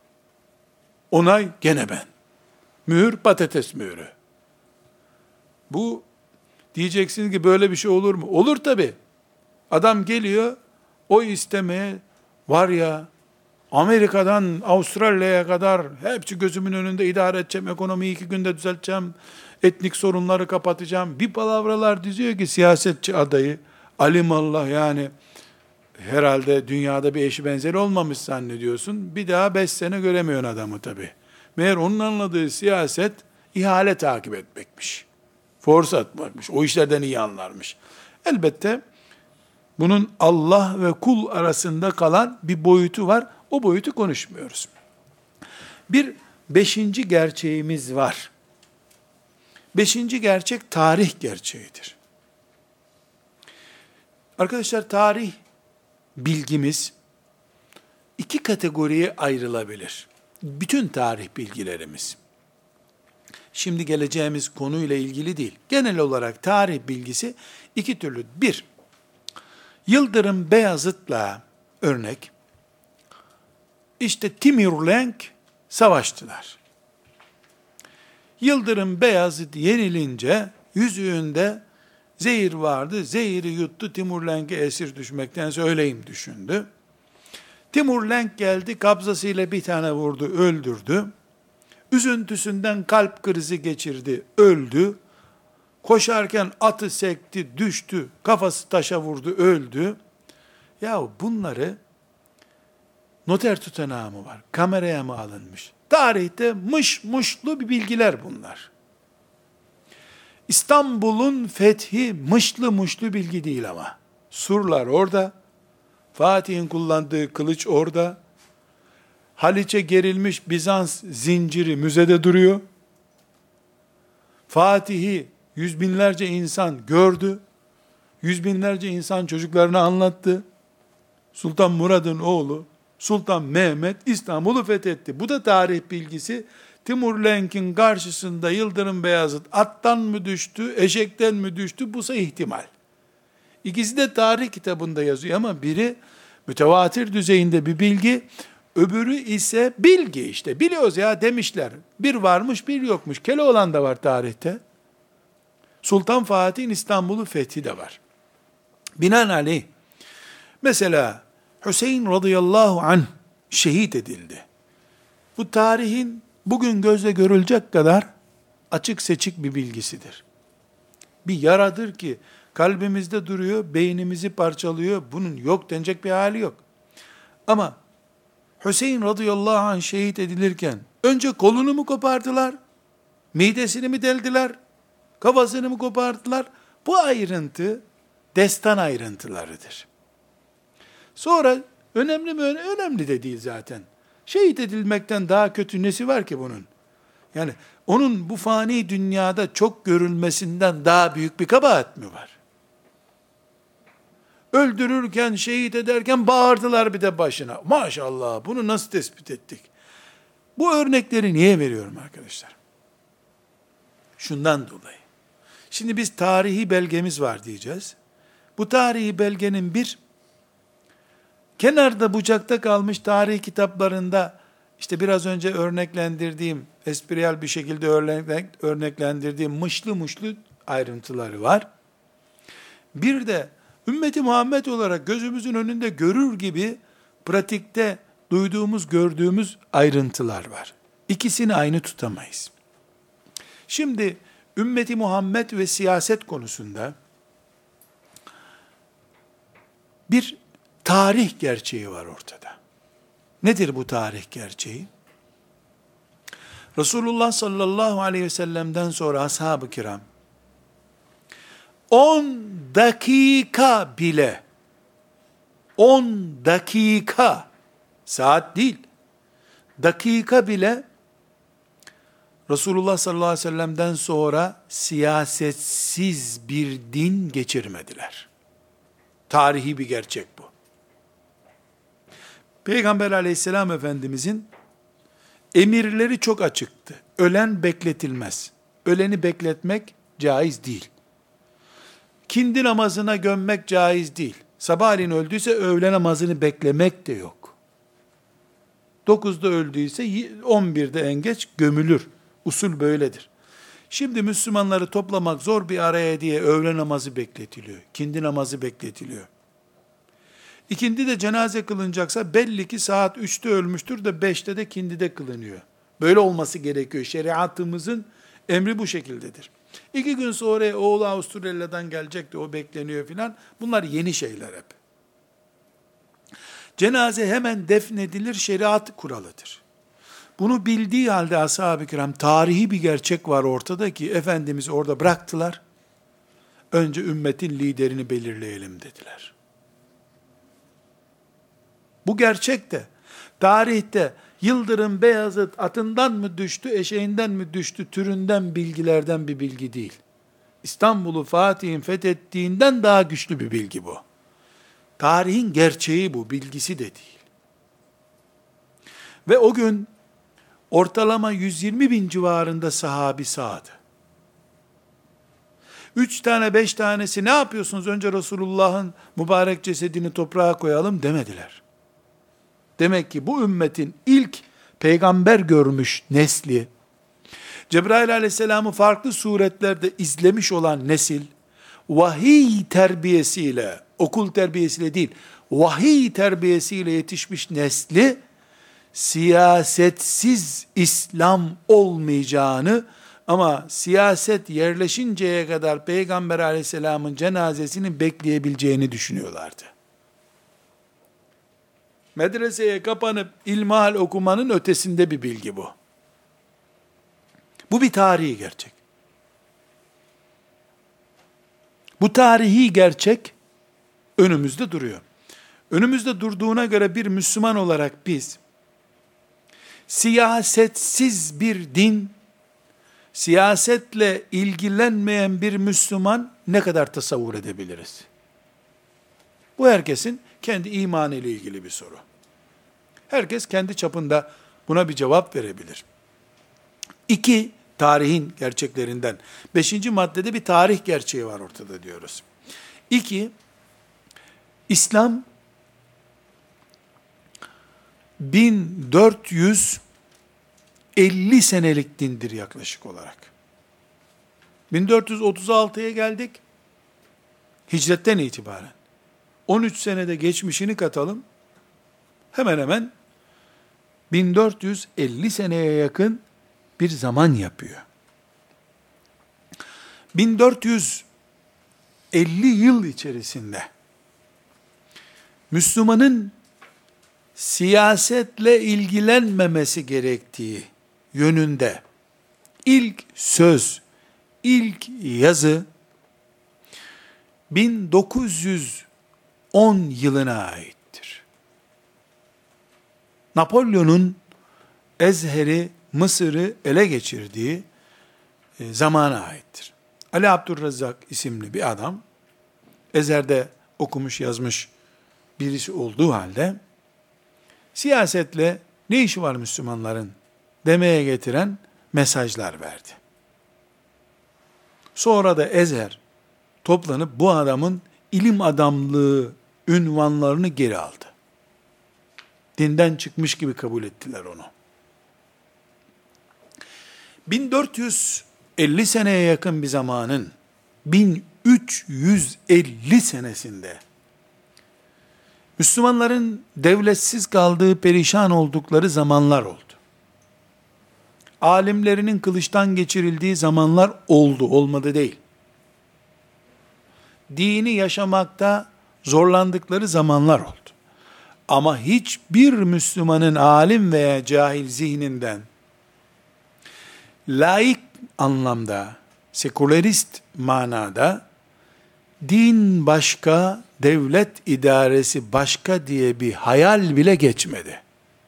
A: Onay gene ben. Mühür patates mühürü. Bu diyeceksiniz ki böyle bir şey olur mu? Olur tabii. Adam geliyor, o istemeye var ya, Amerika'dan Avustralya'ya kadar hepsi gözümün önünde idare edeceğim, ekonomiyi 2 günde düzelteceğim, etnik sorunları kapatacağım. Bir palavralar diziyor ki siyasetçi adayı, alimallah yani herhalde dünyada bir eşi benzeri olmamış zannediyorsun. Bir daha 5 sene göremiyorsun adamı tabii. Meğer onun anladığı siyaset ihale takip etmekmiş. Force atmakmış. O işlerden iyi anlarmış. Elbette bunun Allah ve kul arasında kalan bir boyutu var. O boyutu konuşmuyoruz. Bir 5. gerçeğimiz var. 5. gerçek tarih gerçeğidir. Arkadaşlar tarih bilgimiz 2 kategoriye ayrılabilir. Bütün tarih bilgilerimiz. Şimdi geleceğimiz konuyla ilgili değil. Genel olarak tarih bilgisi 2 türlü. 1. Yıldırım Beyazıt'la örnek, işte Timurlenk savaştılar. Yıldırım Beyazıt yenilince yüzüğünde zehir vardı. Zehiri yuttu, Timurlenk'e esir düşmektense öleyim düşündü. Timurlenk geldi, kabzasıyla bir tane vurdu, öldürdü. Üzüntüsünden kalp krizi geçirdi, öldü. Koşarken atı sekti, düştü, kafası taşa vurdu, öldü. Ya bunları noter tutanağı mı var, kameraya mı alınmış? Tarihte mışlı bir bilgiler bunlar. İstanbul'un fethi mışlı bilgi değil ama. Surlar orada, Fatih'in kullandığı kılıç orada, Haliç'e gerilmiş Bizans zinciri müzede duruyor. Fatih'i yüz binlerce insan gördü. Yüz binlerce insan çocuklarına anlattı. Sultan Murad'ın oğlu Sultan Mehmet İstanbul'u fethetti. Bu da tarih bilgisi. Timurlenk'in karşısında Yıldırım Beyazıt attan mı düştü, eşekten mi düştü? Busa ihtimal. İkisi de tarih kitabında yazıyor ama biri mütevatir düzeyinde bir bilgi, öbürü ise bilgi işte. Biliyoruz ya demişler. Bir varmış bir yokmuş. Keloğlan da var tarihte. Sultan Fatih'in İstanbul'u fethi de var. Binaenaleyh, mesela Hüseyin radıyallahu anh şehit edildi. Bu tarihin bugün gözle görülecek kadar açık seçik bir bilgisidir. Bir yaradır ki kalbimizde duruyor, beynimizi parçalıyor. Bunun yok denecek bir hali yok. Ama Hüseyin radıyallahu anh şehit edilirken önce kolunu mu kopardılar? Midesini mi deldiler? Kafasını mı kopardılar? Bu ayrıntı destan ayrıntılarıdır. Sonra önemli mi? Önemli de değil zaten. Şehit edilmekten daha kötü nesi var ki bunun? Yani onun bu fani dünyada çok görülmesinden daha büyük bir kabahat mi var? Öldürürken, şehit ederken bağırdılar bir de başına. Maşallah, bunu nasıl tespit ettik? Bu örnekleri niye veriyorum arkadaşlar? Şundan dolayı. Şimdi biz tarihi belgemiz var diyeceğiz. Bu tarihi belgenin bir, kenarda bucakta kalmış tarih kitaplarında, işte biraz önce örneklendirdiğim, espriyel bir şekilde örneklendirdiğim mışlı mışlı ayrıntıları var. Bir de ümmeti Muhammed olarak gözümüzün önünde görür gibi pratikte duyduğumuz, gördüğümüz ayrıntılar var. İkisini aynı tutamayız. Şimdi ümmeti Muhammed ve siyaset konusunda bir tarih gerçeği var ortada. Nedir bu tarih gerçeği? Resulullah sallallahu aleyhi ve sellem'den sonra ashab-ı kiram 10 dakika bile, 10 dakika, saat değil, dakika bile Resulullah sallallahu aleyhi ve sellem'den sonra siyasetsiz bir din geçirmediler. Tarihi bir gerçek bu. Peygamber aleyhisselam efendimizin emirleri çok açıktı. Ölen bekletilmez. Öleni bekletmek caiz değil. Kindi namazına gömmek caiz değil. Sabahleyin öldüyse öğle namazını beklemek de yok. 9'da öldüyse 11'de en geç gömülür. Usul böyledir. Şimdi Müslümanları toplamak zor bir araya diye öğle namazı bekletiliyor. Kindi namazı bekletiliyor. İkindi de cenaze kılınacaksa belli ki saat 3'te ölmüştür de 5'te de kindide kılınıyor. Böyle olması gerekiyor. Şeriatımızın emri bu şekildedir. 2 gün sonra oğlu Avustralya'dan gelecek de o bekleniyor filan. Bunlar yeni şeyler hep. Cenaze hemen defnedilir, şeriat kuralıdır. Bunu bildiği halde ashab-ı kiram, tarihi bir gerçek var ortada ki, Efendimiz orada bıraktılar. Önce ümmetin liderini belirleyelim dediler. Bu gerçek de, tarihte Yıldırım Beyazıt atından mı düştü, eşeğinden mi düştü, türünden bilgilerden bir bilgi değil. İstanbul'u Fatih'in fethettiğinden daha güçlü bir bilgi bu. Tarihin gerçeği bu, bilgisi de değil. Ve o gün ortalama 120 bin civarında sahabi sağdı. 3 tane 5 tanesi ne yapıyorsunuz, önce Resulullah'ın mübarek cesedini toprağa koyalım demediler. Demek ki bu ümmetin ilk peygamber görmüş nesli, Cebrail aleyhisselamı farklı suretlerde izlemiş olan nesil, vahiy terbiyesiyle, okul terbiyesiyle değil, vahiy terbiyesiyle yetişmiş nesli, siyasetsiz İslam olmayacağını, ama siyaset yerleşinceye kadar Peygamber aleyhisselamın cenazesini bekleyebileceğini düşünüyorlardı. Medreseye kapanıp ilmihal okumanın ötesinde bir bilgi bu. Bu bir tarihi gerçek. Bu tarihi gerçek önümüzde duruyor. Önümüzde durduğuna göre bir Müslüman olarak biz, siyasetsiz bir din, siyasetle ilgilenmeyen bir Müslüman ne kadar tasavvur edebiliriz? Bu herkesin kendi imanı ile ilgili bir soru. Herkes kendi çapında buna bir cevap verebilir. 2, tarihin gerçeklerinden. 5. maddede bir tarih gerçeği var ortada diyoruz. 2, İslam 1450 senelik dindir yaklaşık olarak. 1436'ya geldik. Hicretten itibaren. 13 senede geçmişini katalım. Hemen hemen 1450 seneye yakın bir zaman yapıyor. 1450 yıl içerisinde Müslümanın siyasetle ilgilenmemesi gerektiği yönünde ilk söz, ilk yazı 1910 yılına aittir. Napolyon'un Ezher'i, Mısır'ı ele geçirdiği zamana aittir. Ali Abdurrezzak isimli bir adam, Ezher'de okumuş yazmış birisi olduğu halde, siyasetle ne işi var Müslümanların demeye getiren mesajlar verdi. Sonra da Ezher toplanıp bu adamın ilim adamlığı ünvanlarını geri aldı. Dinden çıkmış gibi kabul ettiler onu. 1450 seneye yakın bir zamanın 1350 senesinde Müslümanların devletsiz kaldığı, perişan oldukları zamanlar oldu. Alimlerinin kılıçtan geçirildiği zamanlar oldu, olmadı değil. Dini yaşamakta zorlandıkları zamanlar oldu. Ama hiçbir Müslümanın alim veya cahil zihninden laik anlamda, sekülerist manada din başka, devlet idaresi başka diye bir hayal bile geçmedi.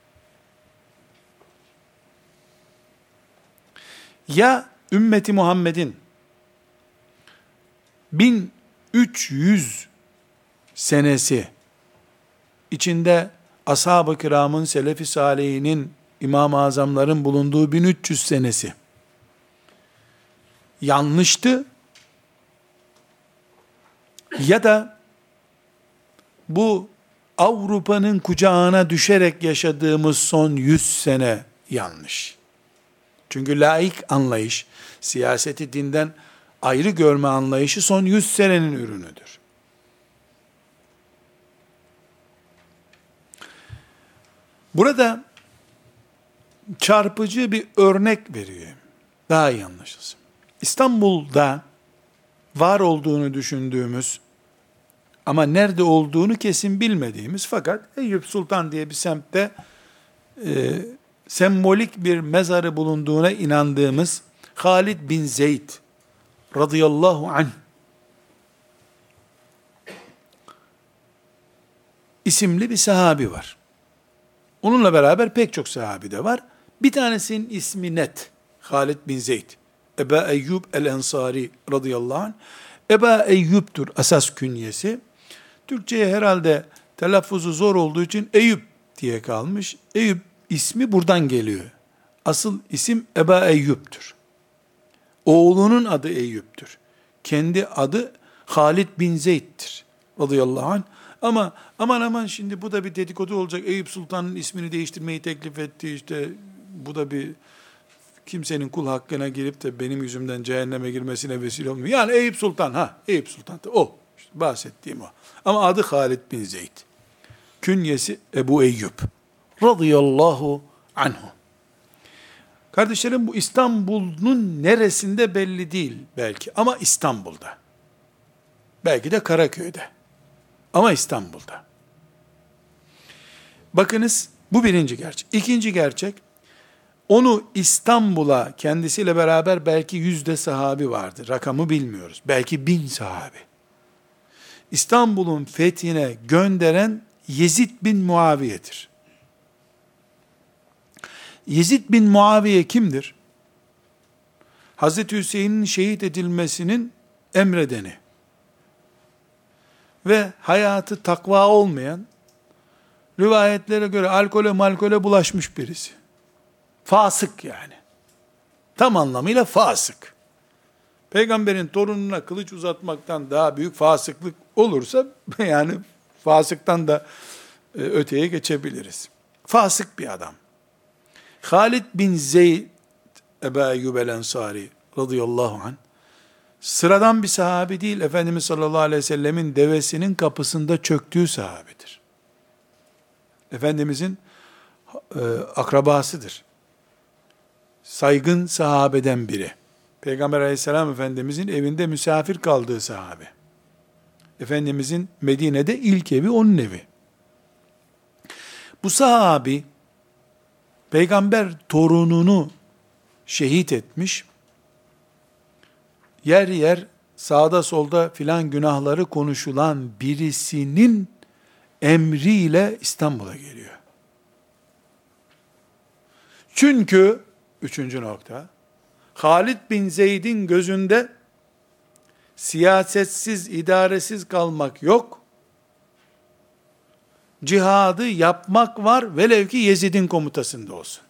A: Ya ümmeti Muhammed'in 1300 senesi içinde ashab-ı kiramın, selef-i salihinin, İmam-ı Azamların bulunduğu 1300 senesi yanlıştı, ya da bu Avrupa'nın kucağına düşerek yaşadığımız son 100 sene yanlış. Çünkü laik anlayış, siyaseti dinden ayrı görme anlayışı son 100 senenin ürünüdür. Burada çarpıcı bir örnek veriyor. Daha iyi anlaşılsın. İstanbul'da var olduğunu düşündüğümüz ama nerede olduğunu kesin bilmediğimiz, fakat Eyüp Sultan diye bir semtte sembolik bir mezarı bulunduğuna inandığımız Halid bin Zeyd radıyallahu anh isimli bir sahabi var. Onunla beraber pek çok sahabi de var. Bir tanesinin ismi net, Halid bin Zeyd. Eba Eyyub el-Ensari radıyallahu anh. Eba Eyyub'tur asas künyesi. Türkçe'ye herhalde telaffuzu zor olduğu için Eyüp diye kalmış. Eyüp ismi buradan geliyor. Asıl isim Eba Eyyub'tur. Oğlunun adı Eyüp'tür. Kendi adı Halid bin Zeyd'tir radıyallahu anh. Ama aman şimdi bu da bir dedikodu olacak. Eyüp Sultan'ın ismini değiştirmeyi teklif etti. İşte bu da bir kimsenin kul hakkına girip de benim yüzümden cehenneme girmesine vesile olmuyor. Yani Eyüp Sultan, Eyüp Sultan o. İşte bahsettiğim o. Ama adı Halid bin Zeyd. Künyesi Ebu Eyyub radıyallahu anhu. Kardeşlerim, bu İstanbul'un neresinde belli değil belki, ama İstanbul'da. Belki de Karaköy'de. Ama İstanbul'da. Bakınız, bu birinci gerçek. İkinci gerçek, onu İstanbul'a kendisiyle beraber belki 100 sahabi vardı. Rakamı bilmiyoruz. Belki 1000 sahabi. İstanbul'un fethine gönderen Yezid bin Muaviye'dir. Yezid bin Muaviye kimdir? Hazreti Hüseyin'in şehit edilmesinin emredeni ve hayatı takva olmayan, rivayetlere göre alkole bulaşmış birisi. Fasık yani. Tam anlamıyla fasık. Peygamberin torununa kılıç uzatmaktan daha büyük fasıklık olursa, yani fasıktan da öteye geçebiliriz. Fasık bir adam. Halid bin Zeyd Ebu Eyyub el-Ensari radıyallahu anh, sıradan bir sahabi değil, Efendimiz sallallahu aleyhi ve sellemin devesinin kapısında çöktüğü sahabidir. Efendimizin akrabasıdır. Saygın sahabeden biri. Peygamber aleyhisselam Efendimizin evinde misafir kaldığı sahabe. Efendimizin Medine'de ilk evi onun evi. Bu sahabi, peygamber torununu şehit etmiş, yer yer sağda solda filan günahları konuşulan birisinin emriyle İstanbul'a geliyor. Çünkü, üçüncü nokta, Halid bin Zeyd'in gözünde siyasetsiz, idaresiz kalmak yok, cihadı yapmak var, velev ki Yezid'in komutasında olsun.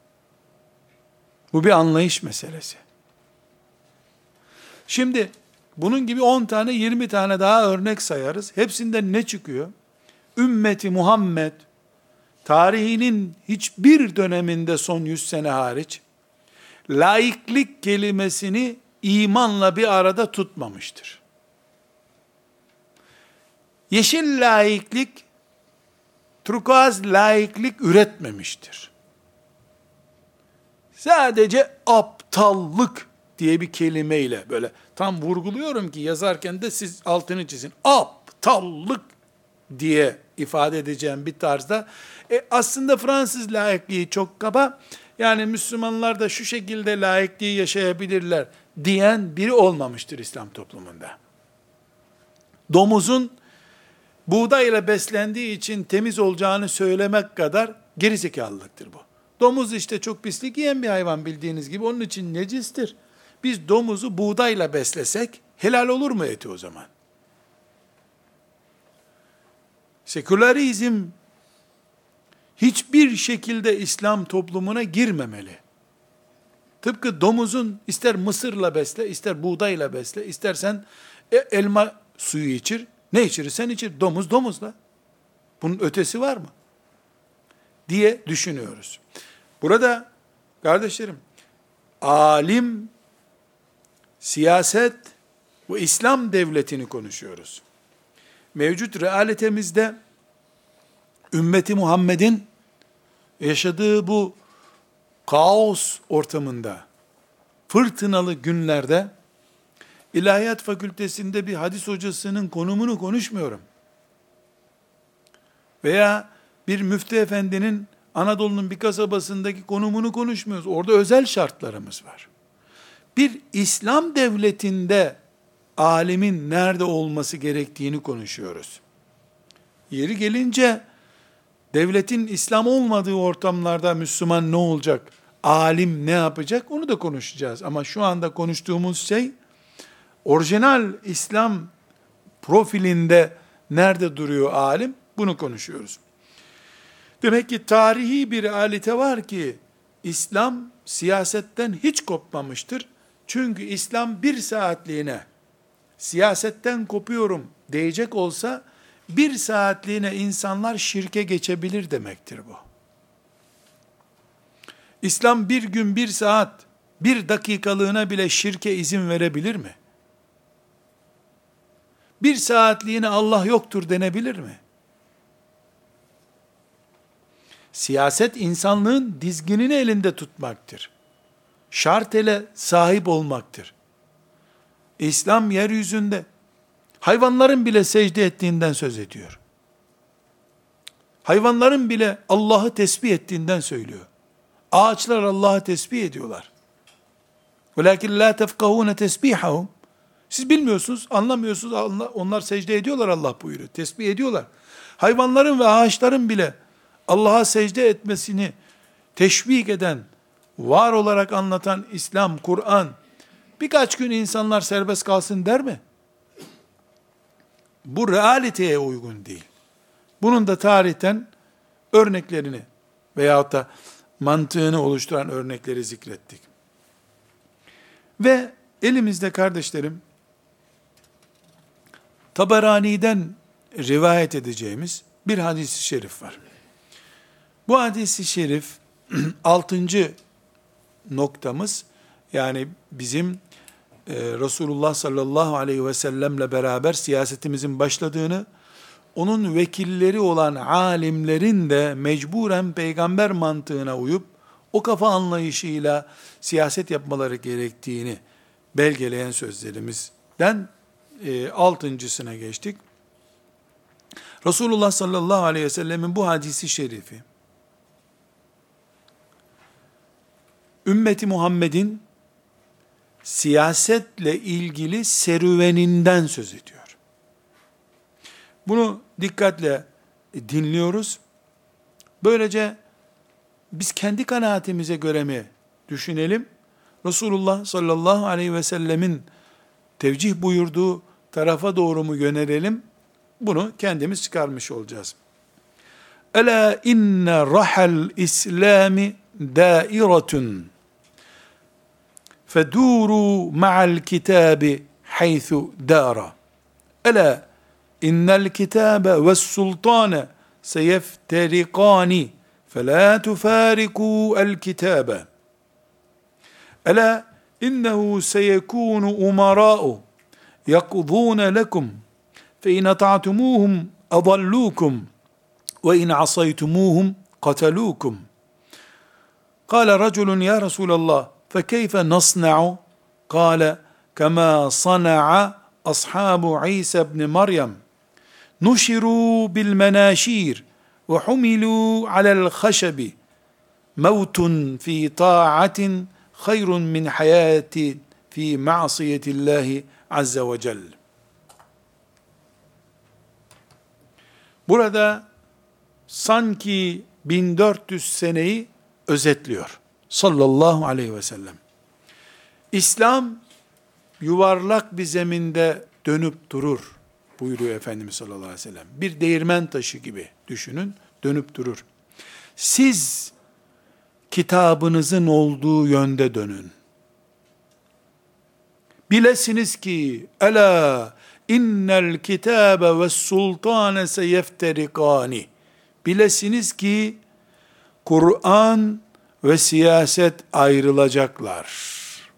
A: Bu bir anlayış meselesi. Şimdi Bunun gibi 10 tane 20 tane daha örnek sayarız. Hepsinden ne çıkıyor? Ümmeti Muhammed tarihinin hiçbir döneminde son 100 sene hariç laiklik kelimesini imanla bir arada tutmamıştır. Yeşil laiklik, turkuaz laiklik üretmemiştir. Sadece aptallık diye bir kelimeyle, böyle tam vurguluyorum ki yazarken de siz altını çizin. Aptallık diye ifade edeceğim bir tarzda. Aslında Fransız laikliği çok kaba. Yani Müslümanlar da şu şekilde laikliği yaşayabilirler diyen biri olmamıştır İslam toplumunda. Domuzun buğdayla beslendiği için temiz olacağını söylemek kadar gerizekalılıktır bu. Domuz işte çok pislik yiyen bir hayvan bildiğiniz gibi, onun için necistir. Biz domuzu buğdayla beslesek helal olur mu eti o zaman? Sekülerizm hiçbir şekilde İslam toplumuna girmemeli. Tıpkı domuzun ister mısırla besle, ister buğdayla besle, istersen elma suyu içir, ne içirirsen içir. Domuz domuzla. Bunun ötesi var mı? Diye düşünüyoruz. Burada kardeşlerim, alim, siyaset ve İslam devletini konuşuyoruz. Mevcut realitemizde ümmeti Muhammed'in yaşadığı bu kaos ortamında, fırtınalı günlerde, İlahiyat Fakültesinde bir hadis hocasının konumunu konuşmuyorum. Veya bir müftü efendinin Anadolu'nun bir kasabasındaki konumunu konuşmuyoruz. Orada özel şartlarımız var. Bir İslam devletinde alimin nerede olması gerektiğini konuşuyoruz. Yeri gelince devletin İslam olmadığı ortamlarda Müslüman ne olacak? Alim ne yapacak? Onu da konuşacağız. Ama şu anda konuştuğumuz şey orijinal İslam profilinde nerede duruyor alim? Bunu konuşuyoruz. Demek ki tarihi bir realite var ki İslam siyasetten hiç kopmamıştır. Çünkü İslam bir saatliğine siyasetten kopuyorum diyecek olsa bir saatliğine insanlar şirke geçebilir demektir bu. İslam bir gün, bir saat, bir dakikalığına bile şirke izin verebilir mi? Bir saatliğine Allah yoktur denebilir mi? Siyaset insanlığın dizginini elinde tutmaktır. Şartele sahip olmaktır. İslam yeryüzünde hayvanların bile secde ettiğinden söz ediyor. Hayvanların bile Allah'ı tesbih ettiğinden söylüyor. Ağaçlar Allah'ı tesbih ediyorlar. وَلَكِنْ لَا تَفْقَهُونَ تَسْبِيحَهُمْ Siz bilmiyorsunuz, anlamıyorsunuz. Onlar secde ediyorlar, Allah buyuruyor. Tesbih ediyorlar. Hayvanların ve ağaçların bile Allah'a secde etmesini teşvik eden, var olarak anlatan İslam, Kur'an, birkaç gün insanlar serbest kalsın der mi? Bu realiteye uygun değil. Bunun da tarihten örneklerini veyahut da mantığını oluşturan örnekleri zikrettik. Ve elimizde kardeşlerim, Taberani'den rivayet edeceğimiz bir hadis-i şerif var. Bu hadis-i şerif 6. noktamız, yani bizim Resulullah sallallahu aleyhi ve sellemle beraber siyasetimizin başladığını, onun vekilleri olan alimlerin de mecburen peygamber mantığına uyup, o kafa anlayışıyla siyaset yapmaları gerektiğini belgeleyen sözlerimizden 6.sına geçtik. Resulullah sallallahu aleyhi ve sellemin bu hadisi şerifi, ümmeti Muhammed'in siyasetle ilgili serüveninden söz ediyor. Bunu dikkatle dinliyoruz. Böylece biz kendi kanaatimize göre mi düşünelim? Resulullah sallallahu aleyhi ve sellemin tevcih buyurduğu tarafa doğru mu yönelelim? Bunu kendimiz çıkarmış olacağız. Ela inne rahal İslami dairetun feduru ma'al kitabi حَيْثُ دَارَ أَلَا إِنَّ الْكِتَابَ وَالسُّلْطَانَ سَيَفْتَرِقَانِ فَلَا تُفَارِقُوا الْكِتَابَ أَلَا إِنَّهُ سَيَكُونُ أُمَرَاءُ يَقْضُونَ لَكُمْ فَإِنْ أَطَعْتُمُوهُمْ أَضَلُّوكُمْ وَإِنْ عَصَيْتُمُوهُمْ قَتَلُوكُمْ قال رجل يا رسول الله فكيف نصنع قال كما صنع أصحاب عيسى بن مريم نشروا بالمناشير وحملوا على الخشب موت في طاعة خير من حياة في معصية الله عز وجل. Burada sanki 1400 seneyi özetliyor. Sallallahu aleyhi ve sellem. İslam yuvarlak bir zeminde dönüp durur buyuruyor Efendimiz sallallahu aleyhi ve sellem. Bir değirmen taşı gibi düşünün, dönüp durur. Siz kitabınızın olduğu yönde dönün. Bilesiniz ki ela innel kitabe ve sultane seyefterikani. Bilesiniz ki Kur'an ve siyaset ayrılacaklar.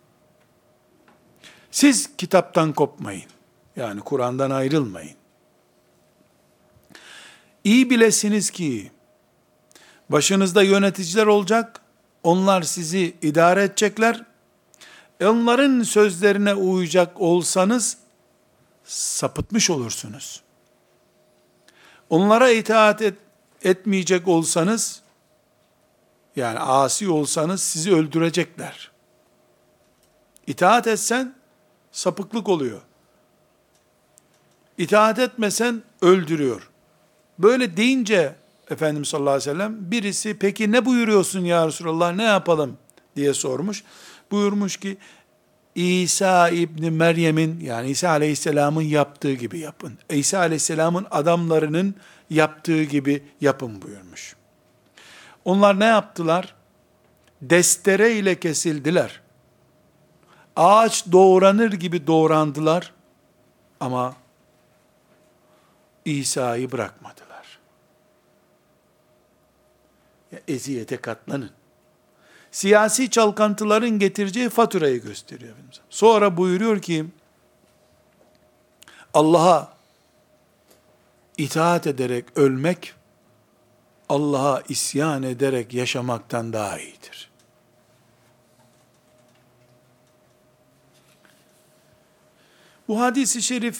A: Siz kitaptan kopmayın. Yani Kur'an'dan ayrılmayın. İyi bilesiniz ki başınızda yöneticiler olacak. Onlar sizi idare edecekler. Onların sözlerine uyacak olsanız sapıtmış olursunuz. Onlara itaat etmeyecek olsanız, yani asi olsanız sizi öldürecekler. İtaat etsen sapıklık oluyor. İtaat etmesen öldürüyor. Böyle deyince Efendimiz sallallahu aleyhi ve sellem birisi peki ne buyuruyorsun ya Resulallah, ne yapalım diye sormuş. Buyurmuş ki İsa İbni Meryem'in, yani İsa aleyhisselamın yaptığı gibi yapın. İsa aleyhisselamın adamlarının yaptığı gibi yapın buyurmuş. Onlar ne yaptılar? Destere ile kesildiler. Ağaç doğranır gibi doğrandılar. Ama İsa'yı bırakmadılar. Ya eziyete katlanın. Siyasi çalkantıların getireceği faturayı gösteriyor. Sonra buyuruyor ki, Allah'a itaat ederek ölmek, Allah'a isyan ederek yaşamaktan daha iyidir. Bu hadis-i şerif,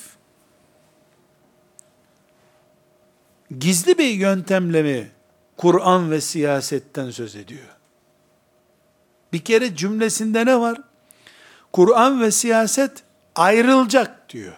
A: gizli bir yöntemle mi Kur'an ve siyasetten söz ediyor? Bir kere cümlesinde ne var? Kur'an ve siyaset ayrılacak diyor.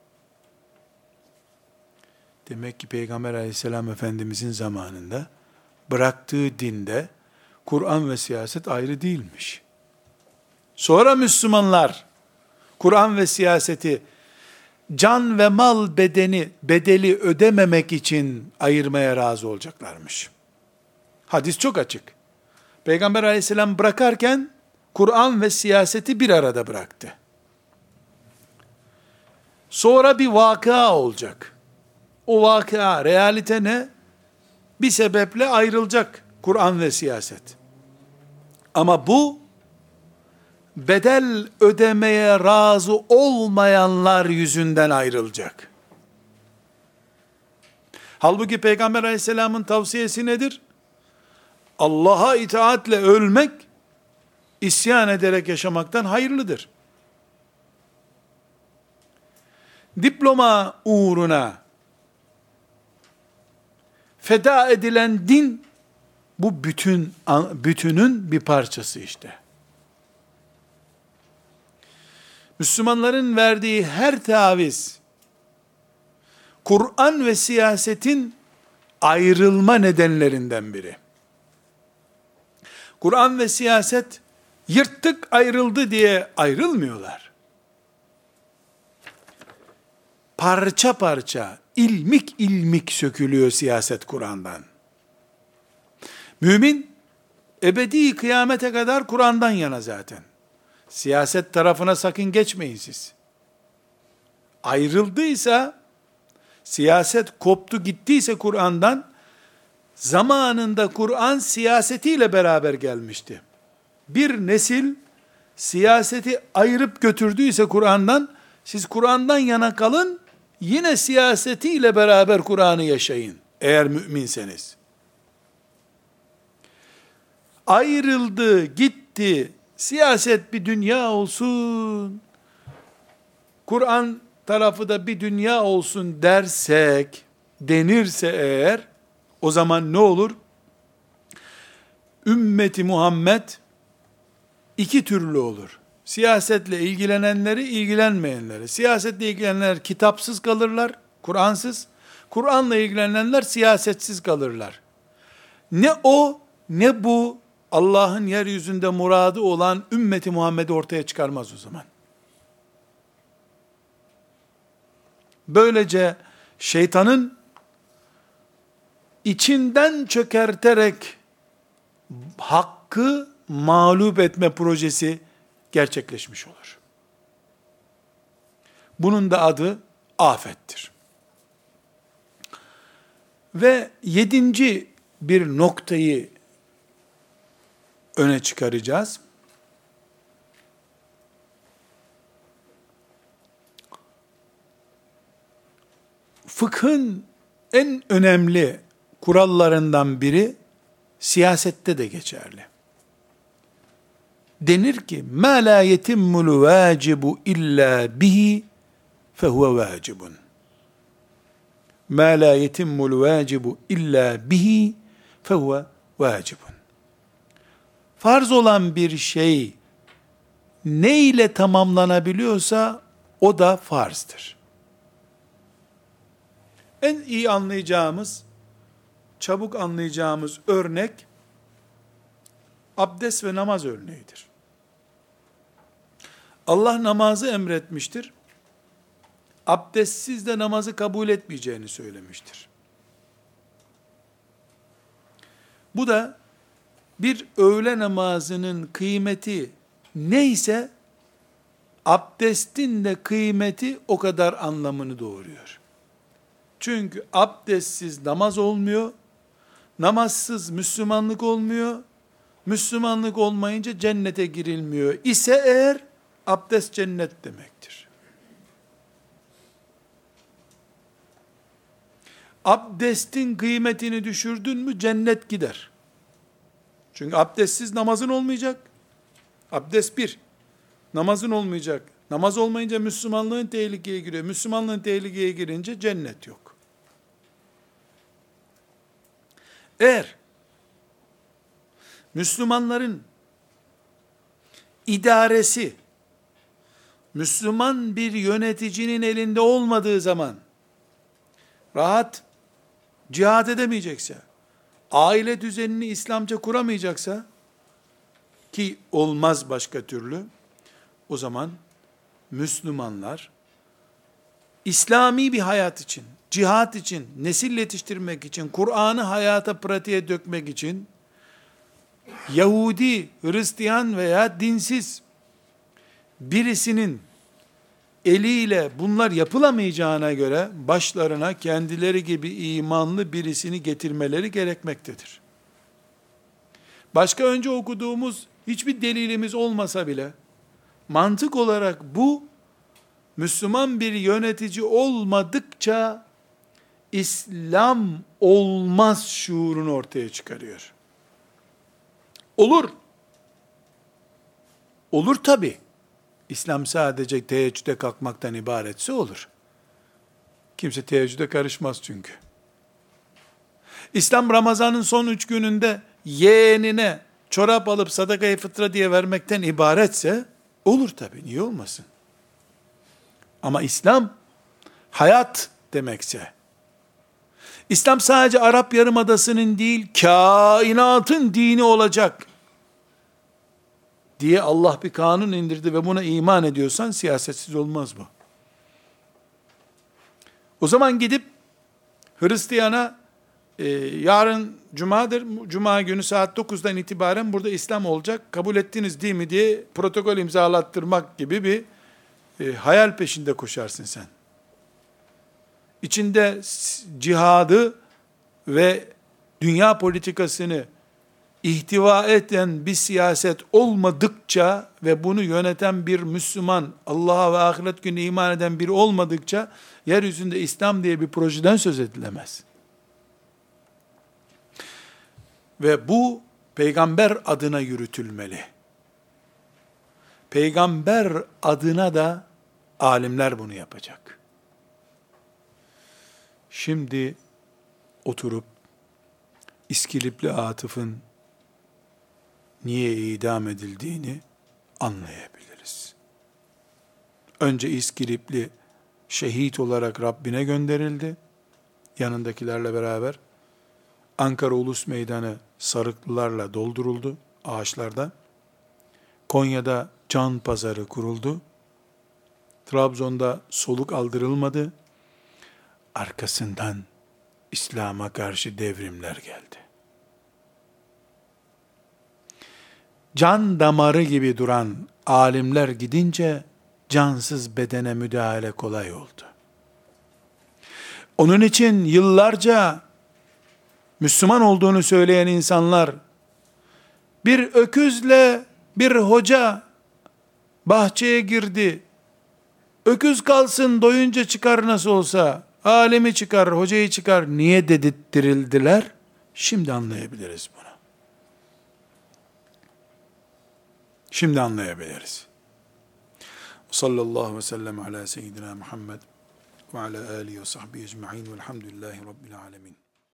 A: Demek ki Peygamber aleyhisselam Efendimizin zamanında bıraktığı dinde Kur'an ve siyaset ayrı değilmiş. Sonra Müslümanlar Kur'an ve siyaseti can ve mal bedeli ödememek için ayırmaya razı olacaklarmış. Hadis çok açık. Peygamber aleyhisselam bırakarken Kur'an ve siyaseti bir arada bıraktı. Sonra bir vakıa olacak. O vakıa, realite ne? Bir sebeple ayrılacak Kur'an ve siyaset. Ama bu, bedel ödemeye razı olmayanlar yüzünden ayrılacak. Halbuki Peygamber aleyhisselamın tavsiyesi nedir? Allah'a itaatle ölmek, isyan ederek yaşamaktan hayırlıdır. Diploma uğruna feda edilen din, bu bütünün bir parçası işte. Müslümanların verdiği her taviz, Kur'an ve siyasetin ayrılma nedenlerinden biri. Kur'an ve siyaset yırttık ayrıldı diye ayrılmıyorlar. Parça parça, ilmik ilmik sökülüyor siyaset Kur'an'dan. Mümin, ebedi kıyamete kadar Kur'an'dan yana zaten. Siyaset tarafına sakın geçmeyin siz. ayrıldıysa, siyaset koptu gittiyse Kur'an'dan, zamanında Kur'an siyasetiyle beraber gelmişti. Bir nesil siyaseti ayırıp götürdüyse Kur'an'dan, siz Kur'an'dan yana kalın, yine siyasetiyle beraber Kur'an'ı yaşayın, eğer müminseniz. Ayrıldı, gitti, siyaset bir dünya olsun, Kur'an tarafı da bir dünya olsun dersek, denirse eğer, o zaman ne olur? Ümmeti Muhammed iki türlü olur. Siyasetle ilgilenenleri, ilgilenmeyenleri. Siyasetle ilgilenenler kitapsız kalırlar, Kur'ansız. Kur'an'la ilgilenenler siyasetsiz kalırlar. Ne o, ne bu, Allah'ın yeryüzünde muradı olan ümmeti Muhammed'i ortaya çıkarmaz o zaman. Böylece şeytanın içinden çökerterek hakkı mağlup etme projesi gerçekleşmiş olur. Bunun da adı afettir. Ve 7. bir noktayı öne çıkaracağız. Fıkhın en önemli kurallarından biri siyasette de geçerli. Denir ki, مَا لَا يَتِمُّ الْوَاجِبُ اِلَّا بِهِ فَهُوَ وَاجِبٌ. مَا لَا يَتِمُّ الْوَاجِبُ اِلَّا بِهِ فَهُوَ وَاجِبٌ. Farz olan bir şey ne ile tamamlanabiliyorsa o da farzdır. En iyi anlayacağımız, çabuk anlayacağımız örnek abdest ve namaz örneğidir. Allah namazı emretmiştir. Abdestsiz de namazı kabul etmeyeceğini söylemiştir. Bu da bir öğle namazının kıymeti neyse, abdestin de kıymeti o kadar anlamını doğuruyor. Çünkü abdestsiz namaz olmuyor, namazsız Müslümanlık olmuyor, Müslümanlık olmayınca cennete girilmiyor ise eğer, abdest cennet demektir. Abdestin kıymetini düşürdün mü cennet gider. Çünkü abdestsiz namazın olmayacak. Abdest bir, namazın olmayacak. Namaz olmayınca Müslümanlığın tehlikeye giriyor. Müslümanlığın tehlikeye girince cennet yok. Eğer Müslümanların idaresi Müslüman bir yöneticinin elinde olmadığı zaman rahat cihad edemeyecekse, aile düzenini İslamca kuramayacaksa, ki olmaz başka türlü, o zaman Müslümanlar İslami bir hayat için, cihat için, nesil yetiştirmek için, Kur'an'ı hayata, pratiğe dökmek için, Yahudi, Hristiyan veya dinsiz birisinin eliyle bunlar yapılamayacağına göre, başlarına kendileri gibi imanlı birisini getirmeleri gerekmektedir. Başka önce okuduğumuz hiçbir delilimiz olmasa bile, mantık olarak bu, Müslüman bir yönetici olmadıkça, İslam olmaz şuurunu ortaya çıkarıyor. Olur. Olur tabi. İslam sadece teheccüde kalkmaktan ibaretse olur. Kimse teheccüde karışmaz çünkü. İslam Ramazan'ın son 3 gününde yeğenine çorap alıp sadaka-i fıtra diye vermekten ibaretse olur tabi. Niye olmasın? Ama İslam hayat demekse, İslam sadece Arap Yarımadası'nın değil, kainatın dini olacak diye Allah bir kanun indirdi ve buna iman ediyorsan siyasetsiz olmaz bu. O zaman gidip Hristiyana yarın Cuma'dır, Cuma günü saat 9'dan itibaren burada İslam olacak, kabul ettiniz değil mi diye protokol imzalattırmak gibi bir hayal peşinde koşarsın sen. içinde cihadı ve dünya politikasını ihtiva eden bir siyaset olmadıkça ve bunu yöneten bir Müslüman, Allah'a ve ahiret gününe iman eden biri olmadıkça, yeryüzünde İslam diye bir projeden söz edilemez. Ve bu, peygamber adına yürütülmeli. Peygamber adına da alimler bunu yapacak. Şimdi oturup İskilipli Atıf'ın niye idam edildiğini anlayabiliriz. Önce İskilipli şehit olarak Rabbine gönderildi. Yanındakilerle beraber Ankara Ulus Meydanı sarıklılarla dolduruldu ağaçlardan. Konya'da can pazarı kuruldu. Trabzon'da soluk aldırılmadı. Arkasından İslam'a karşı devrimler geldi. Can damarı gibi duran alimler gidince cansız bedene müdahale kolay oldu. Onun için yıllarca Müslüman olduğunu söyleyen insanlar, bir öküzle bir hoca bahçeye girdi, öküz kalsın doyunca çıkar nasıl olsa, alemi çıkar, hocayı çıkar, niye dedirttirildiler? Şimdi anlayabiliriz bunu. Şimdi anlayabiliriz. Sallallahu aleyhi ve sellem ala seyyidina Muhammed ve ala alihi ve sahbihi ecma'in velhamdülillahi rabbil alemin.